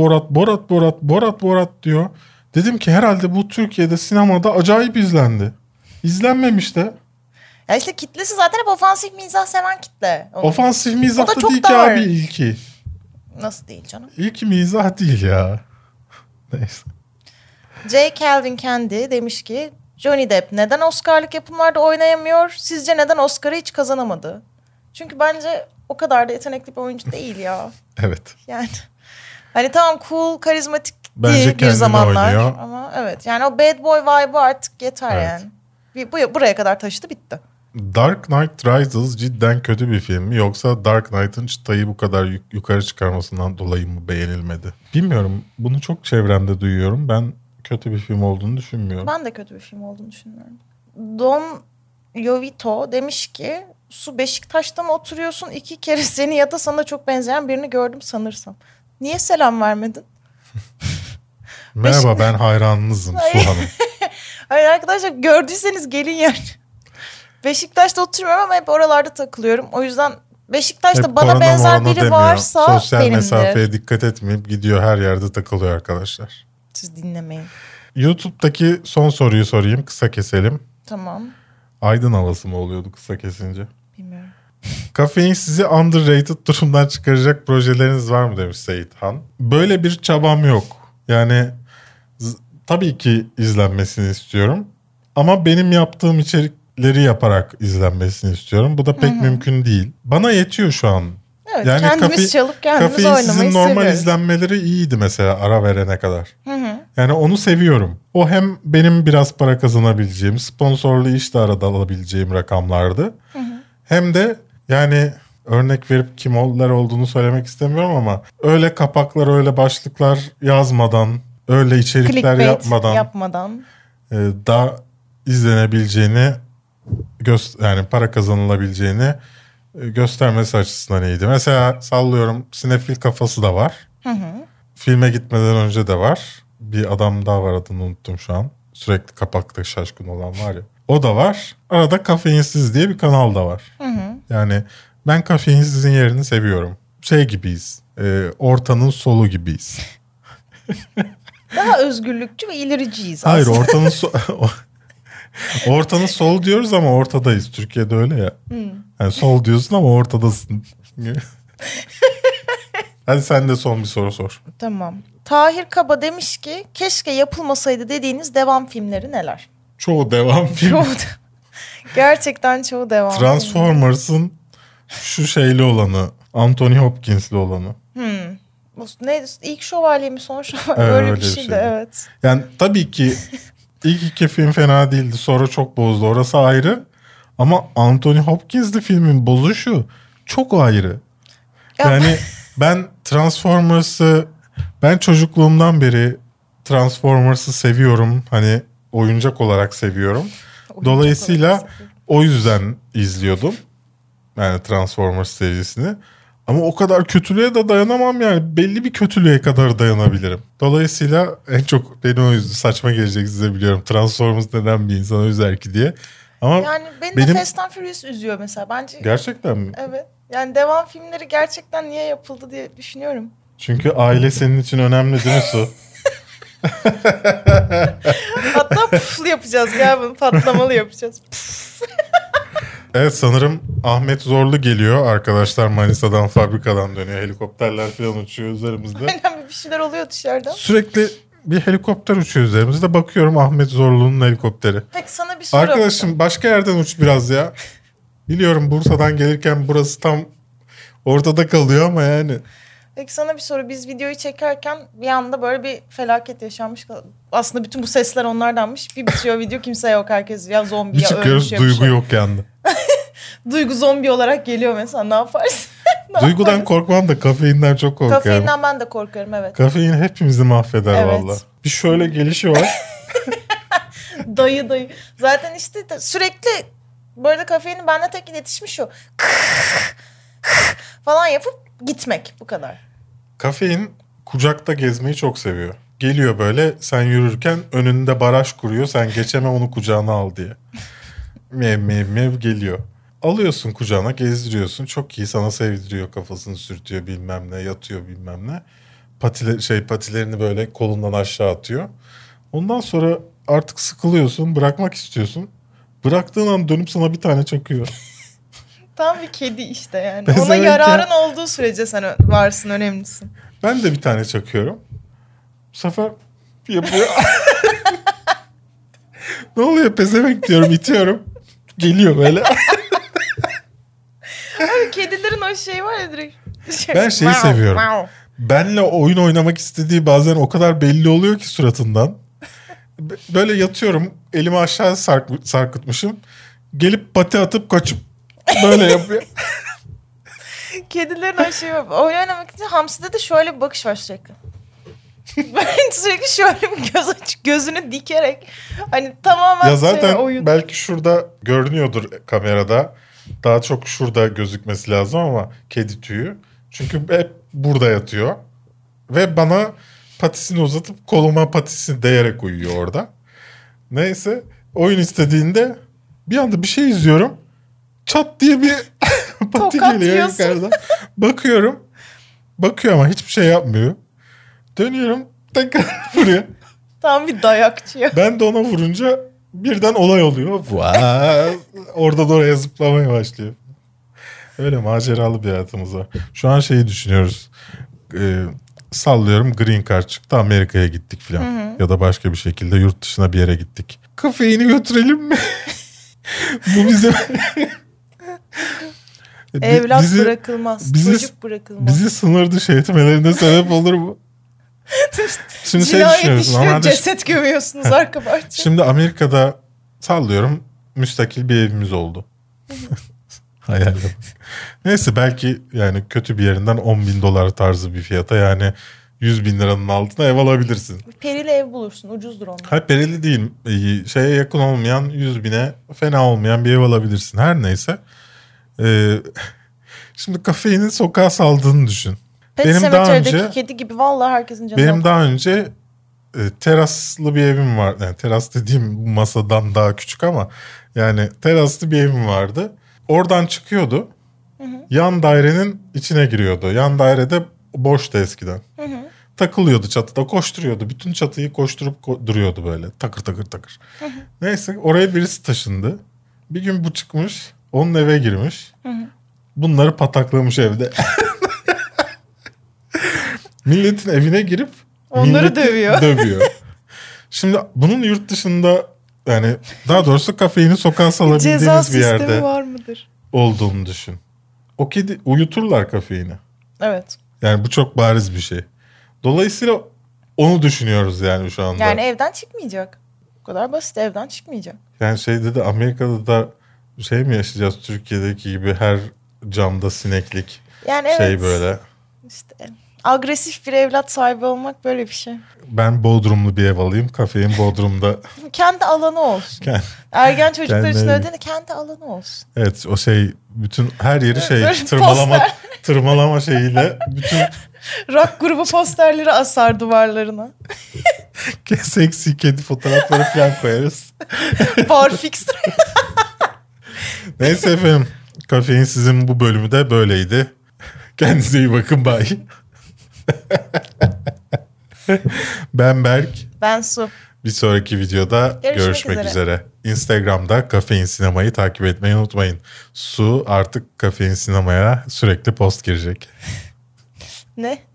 Borat diyor. Dedim ki herhalde bu Türkiye'de sinemada acayip izlendi. İzlenmemiş de. Ya işte kitlesi zaten hep ofansif mizah seven kitle. Ofansif mizah da değil ki abi ilki. Nasıl değil canım? İlki mizah değil ya. Neyse. J. Calvin Candy demiş ki Johnny Depp neden Oscar'lık yapımlarda oynayamıyor? Sizce neden Oscar'ı hiç kazanamadı? Çünkü bence o kadar da yetenekli bir oyuncu değil ya. Evet. Yani hani tamam cool, karizmatik bence bir zamanlar oynuyor. Ama evet yani o bad boy vibe'ı artık yeter yani. Buraya kadar taşıdı, bitti. Dark Knight Rises cidden kötü bir film mi? Yoksa Dark Knight'ın çıtayı bu kadar yukarı çıkarmasından dolayı mı beğenilmedi? Bilmiyorum. Bunu çok çevremde duyuyorum. Ben kötü bir film olduğunu düşünmüyorum. Ben de kötü bir film olduğunu düşünüyorum. Don Jovito demiş ki Su, Beşiktaş'ta mı oturuyorsun? 2 kere seni ya da sana çok benzeyen birini gördüm sanırsam. Niye selam vermedin? Merhaba, ben hayranınızım Su Hanım. Hayır arkadaşlar, gördüyseniz gelin yani. Beşiktaş'ta oturmuyorum ama hep oralarda takılıyorum. O yüzden Beşiktaş'ta hep bana benzer biri demiyor. varsa sosyal benimdir. mesafeye dikkat etmeyip gidiyor, her yerde takılıyor arkadaşlar. Siz dinlemeyin. YouTube'daki son soruyu sorayım, kısa keselim. Tamam. Aydın havası mı oluyordu kısa kesince? Bilmiyorum. Kafein sizi underrated durumdan çıkaracak projeleriniz var mı demiş Seyit Han. Böyle bir çabam yok. Yani tabii ki izlenmesini istiyorum. Ama benim yaptığım içerikleri yaparak izlenmesini istiyorum. Bu da pek mümkün değil. Bana yetiyor şu an. Evet, yani kendimiz çalıp kendimiz Kafein oynamayı sizin normal seviyoruz. izlenmeleri iyiydi mesela ara verene kadar. Yani onu seviyorum. O hem benim biraz para kazanabileceğim, sponsorlu iş de arada alabileceğim rakamlardı. Hem de yani örnek verip kimler olduğunu söylemek istemiyorum ama öyle kapaklar, öyle başlıklar yazmadan, öyle içerikler Clickbait yapmadan daha izlenebileceğini, yani para kazanılabileceğini göstermesi açısından iyiydi. Mesela sallıyorum, Sinefil Kafası da var. Filme gitmeden önce de var. Bir adam daha var, adını unuttum şu an. Sürekli kapakta şaşkın olan var ya. O da var. Arada Kafeinsiz diye bir kanal da var. Yani ben Kafeinsiz'in yerini seviyorum. Şey gibiyiz. Ortanın solu gibiyiz. Daha özgürlükçü ve ilericiyiz Hayır, aslında. ortanın sol diyoruz ama ortadayız. Türkiye'de öyle ya. Yani sol diyorsun ama ortadasın. Hadi sen de son bir soru sor. Tamam. Tahir Kaba demiş ki keşke yapılmasaydı dediğiniz devam filmleri neler? Çoğu devam film. Çoğu gerçekten çoğu devam filmi. Transformers'ın şu şeyli olanı. Anthony Hopkins'li olanı. Bu neydi? İlk şövalye mi son şövalye? Evet, öyle öyle bir bir şeydi şeydi. evet. Yani tabii ki ilk iki film fena değildi. Sonra çok bozdu. Orası ayrı. Ama Anthony Hopkins'li filmin bozuşu çok ayrı. Ya Yani ben çocukluğumdan beri Transformers'ı seviyorum. Hani oyuncak olarak seviyorum. Dolayısıyla olarak o yüzden izliyordum. Yani Transformers serisini. Ama o kadar kötülüğe de dayanamam yani. Belli bir kötülüğe kadar dayanabilirim. Dolayısıyla en çok beni o yüzden saçma gelecek size biliyorum. Transformers neden bir insana üzer ki diye. Ama Yani beni de Fast and Furious üzüyor mesela. Bence gerçekten mi? evet. Yani devam filmleri gerçekten niye yapıldı diye düşünüyorum. Çünkü aile senin için önemli değil mi Su? Hatta puflu yapacağız. Gel bunu patlamalı yapacağız. Evet, sanırım Ahmet Zorlu geliyor. Arkadaşlar Manisa'dan, fabrikadan dönüyor. Helikopterler falan uçuyor üzerimizde. Aynen bir şeyler oluyor dışarıda. Sürekli bir helikopter uçuyor üzerimizde. Bakıyorum Ahmet Zorlu'nun helikopteri. Peki sana bir soru. Arkadaşım başka yerden uç biraz ya. Biliyorum Bursa'dan gelirken burası tam ortada kalıyor ama yani. Peki sana bir soru. Biz videoyu çekerken bir anda böyle bir felaket yaşanmış. Aslında bütün bu sesler onlardanmış. Bir bitiyor video, kimse yok. Herkes ya zombi Bir ya ölmüş çıkıyoruz ya bir Duygu şey. yok yanında. Duygu zombi olarak geliyor mesela, ne yaparsın? Duygudan korkmam da kafeinden çok korkarım. Kafeinden ben de korkarım evet. Kafein hepimizi mahveder Evet. valla. Bir şöyle gelişi var. Dayı. Zaten işte sürekli böyle kafeinin benimle tek iletişimi şu. Falan yapıp gitmek, bu kadar. Kafein kucakta gezmeyi çok seviyor. Geliyor böyle sen yürürken önünde baraj kuruyor. Sen geçeme onu kucağına al diye. Mev geliyor. Alıyorsun kucağına, gezdiriyorsun. Çok iyi, sana sevdiriyor, kafasını sürtüyor bilmem ne, yatıyor bilmem ne. Patilerini böyle kolundan aşağı atıyor. Ondan sonra artık sıkılıyorsun, bırakmak istiyorsun. Bıraktığın an dönüp sana bir tane çakıyor. Tam bir kedi işte yani. Ben Ona severken- yararın olduğu sürece sen varsın, önemlisin. Ben de bir tane çakıyorum. Bu sefer yapıyor. Ne oluyor pezevenk diyorum, itiyorum. Geliyor böyle. Abi kedilerin o şeyi var ya direkt. Ben şeyi Wow, seviyorum. wow. Benle oyun oynamak istediği bazen o kadar belli oluyor ki suratından. Böyle yatıyorum, elimi aşağı sarkıtmışım. Gelip pati atıp kaçıp böyle yapıyor. Kedilerin o şeyi var. Oyun oynamak için hamside de şöyle bir bakış var sürekli. Ben sürekli şöyle bir göz açık, gözünü dikerek. Hani tamamen Ya zaten oyun. belki şurada görünüyordur kamerada. Daha çok şurada gözükmesi lazım ama kedi tüyü. Çünkü hep burada yatıyor. Ve bana patisini uzatıp koluma patisini değerek uyuyor orada. Neyse, oyun istediğinde bir anda bir şey izliyorum. Çat diye bir pati Tokat geliyor yiyorsun. yukarıdan. Bakıyorum. Bakıyor ama hiçbir şey yapmıyor. Dönüyorum, tekrar vuruyor. Tam bir dayakçı ya. Ben de ona vurunca birden olay oluyor. Vaa! Oradan oraya zıplamaya başlıyor. Öyle maceralı bir hayatımız var. Şu an şeyi düşünüyoruz. Sallıyorum, green card çıktı, Amerika'ya gittik falan. Ya da başka bir şekilde yurt dışına bir yere gittik. Kafeini götürelim mi? Bu bizim... Evlat bırakılmaz. Çocuk bırakılmaz. Bizi sınır dışı etmelerine sebep olur mu? Şimdi şey Cinayet düşünüyoruz. işliyor, Normalde ceset gömüyorsunuz arka bahçe. şimdi Amerika'da sallıyorum müstakil bir evimiz oldu. Hayalle bak. Neyse, belki yani kötü bir yerinden $10,000 tarzı bir fiyata, yani 100.000 liranın altına ev alabilirsin. Perili ev bulursun, ucuzdur onlar. Hayır, perili değil. Şeye yakın olmayan, 100.000'e fena olmayan bir ev alabilirsin. Her neyse. Şimdi kafeinin sokağa saldığını düşün. Pet Benim daha Semetery'deki önce kedi gibi vallahi herkesin canı. Benim daha önce teraslı bir evim var. Yani teras dediğim bu masadan daha küçük ama yani teraslı bir evim vardı. Oradan çıkıyordu. Yan dairenin içine giriyordu. Yan dairede boştu eskiden. Takılıyordu çatıda, koşturuyordu. Bütün çatıyı koşturup duruyordu böyle. Takır takır takır. Neyse oraya birisi taşındı. Bir gün bu çıkmış. Onun eve girmiş. Bunları pataklamış evde. Milletin evine girip Onları milleti dövüyor. Şimdi bunun yurt dışında yani daha doğrusu kafeini sokağa Ceza salabildiğimiz bir yerde sistemi var mıdır? olduğunu düşün. O kedi uyuturlar kafeini. Evet. Yani bu çok bariz bir şey. Dolayısıyla onu düşünüyoruz yani şu anda. Yani evden çıkmayacak. Bu kadar basit, evden çıkmayacak. Yani şeyde de Amerika'da da şey mi yaşayacağız Türkiye'deki gibi her camda sineklik Yani şey evet. böyle. İşte agresif bir evlat sahibi olmak böyle bir şey. Ben Bodrumlu bir ev alayım. Kafein Bodrum'da. Kendi alanı olsun. Ergen çocuklar Kendi için evi. öyle kendi alanı olsun. Evet o şey bütün her yeri şey Böyle tırmalama şeyiyle bütün Rock grubu posterleri asar duvarlarına. seksi kedi fotoğrafları falan koyarız. Barfix. Neyse efendim. Kafein sizin bu bölümü de böyleydi. Kendinize iyi bakın. Bye. Ben Berk. Ben Su. Bir sonraki videoda görüşmek üzere. Instagram'da Kafein Sinema'yı takip etmeyi unutmayın. Su artık Kafein Sinema'ya sürekli post girecek. Ne?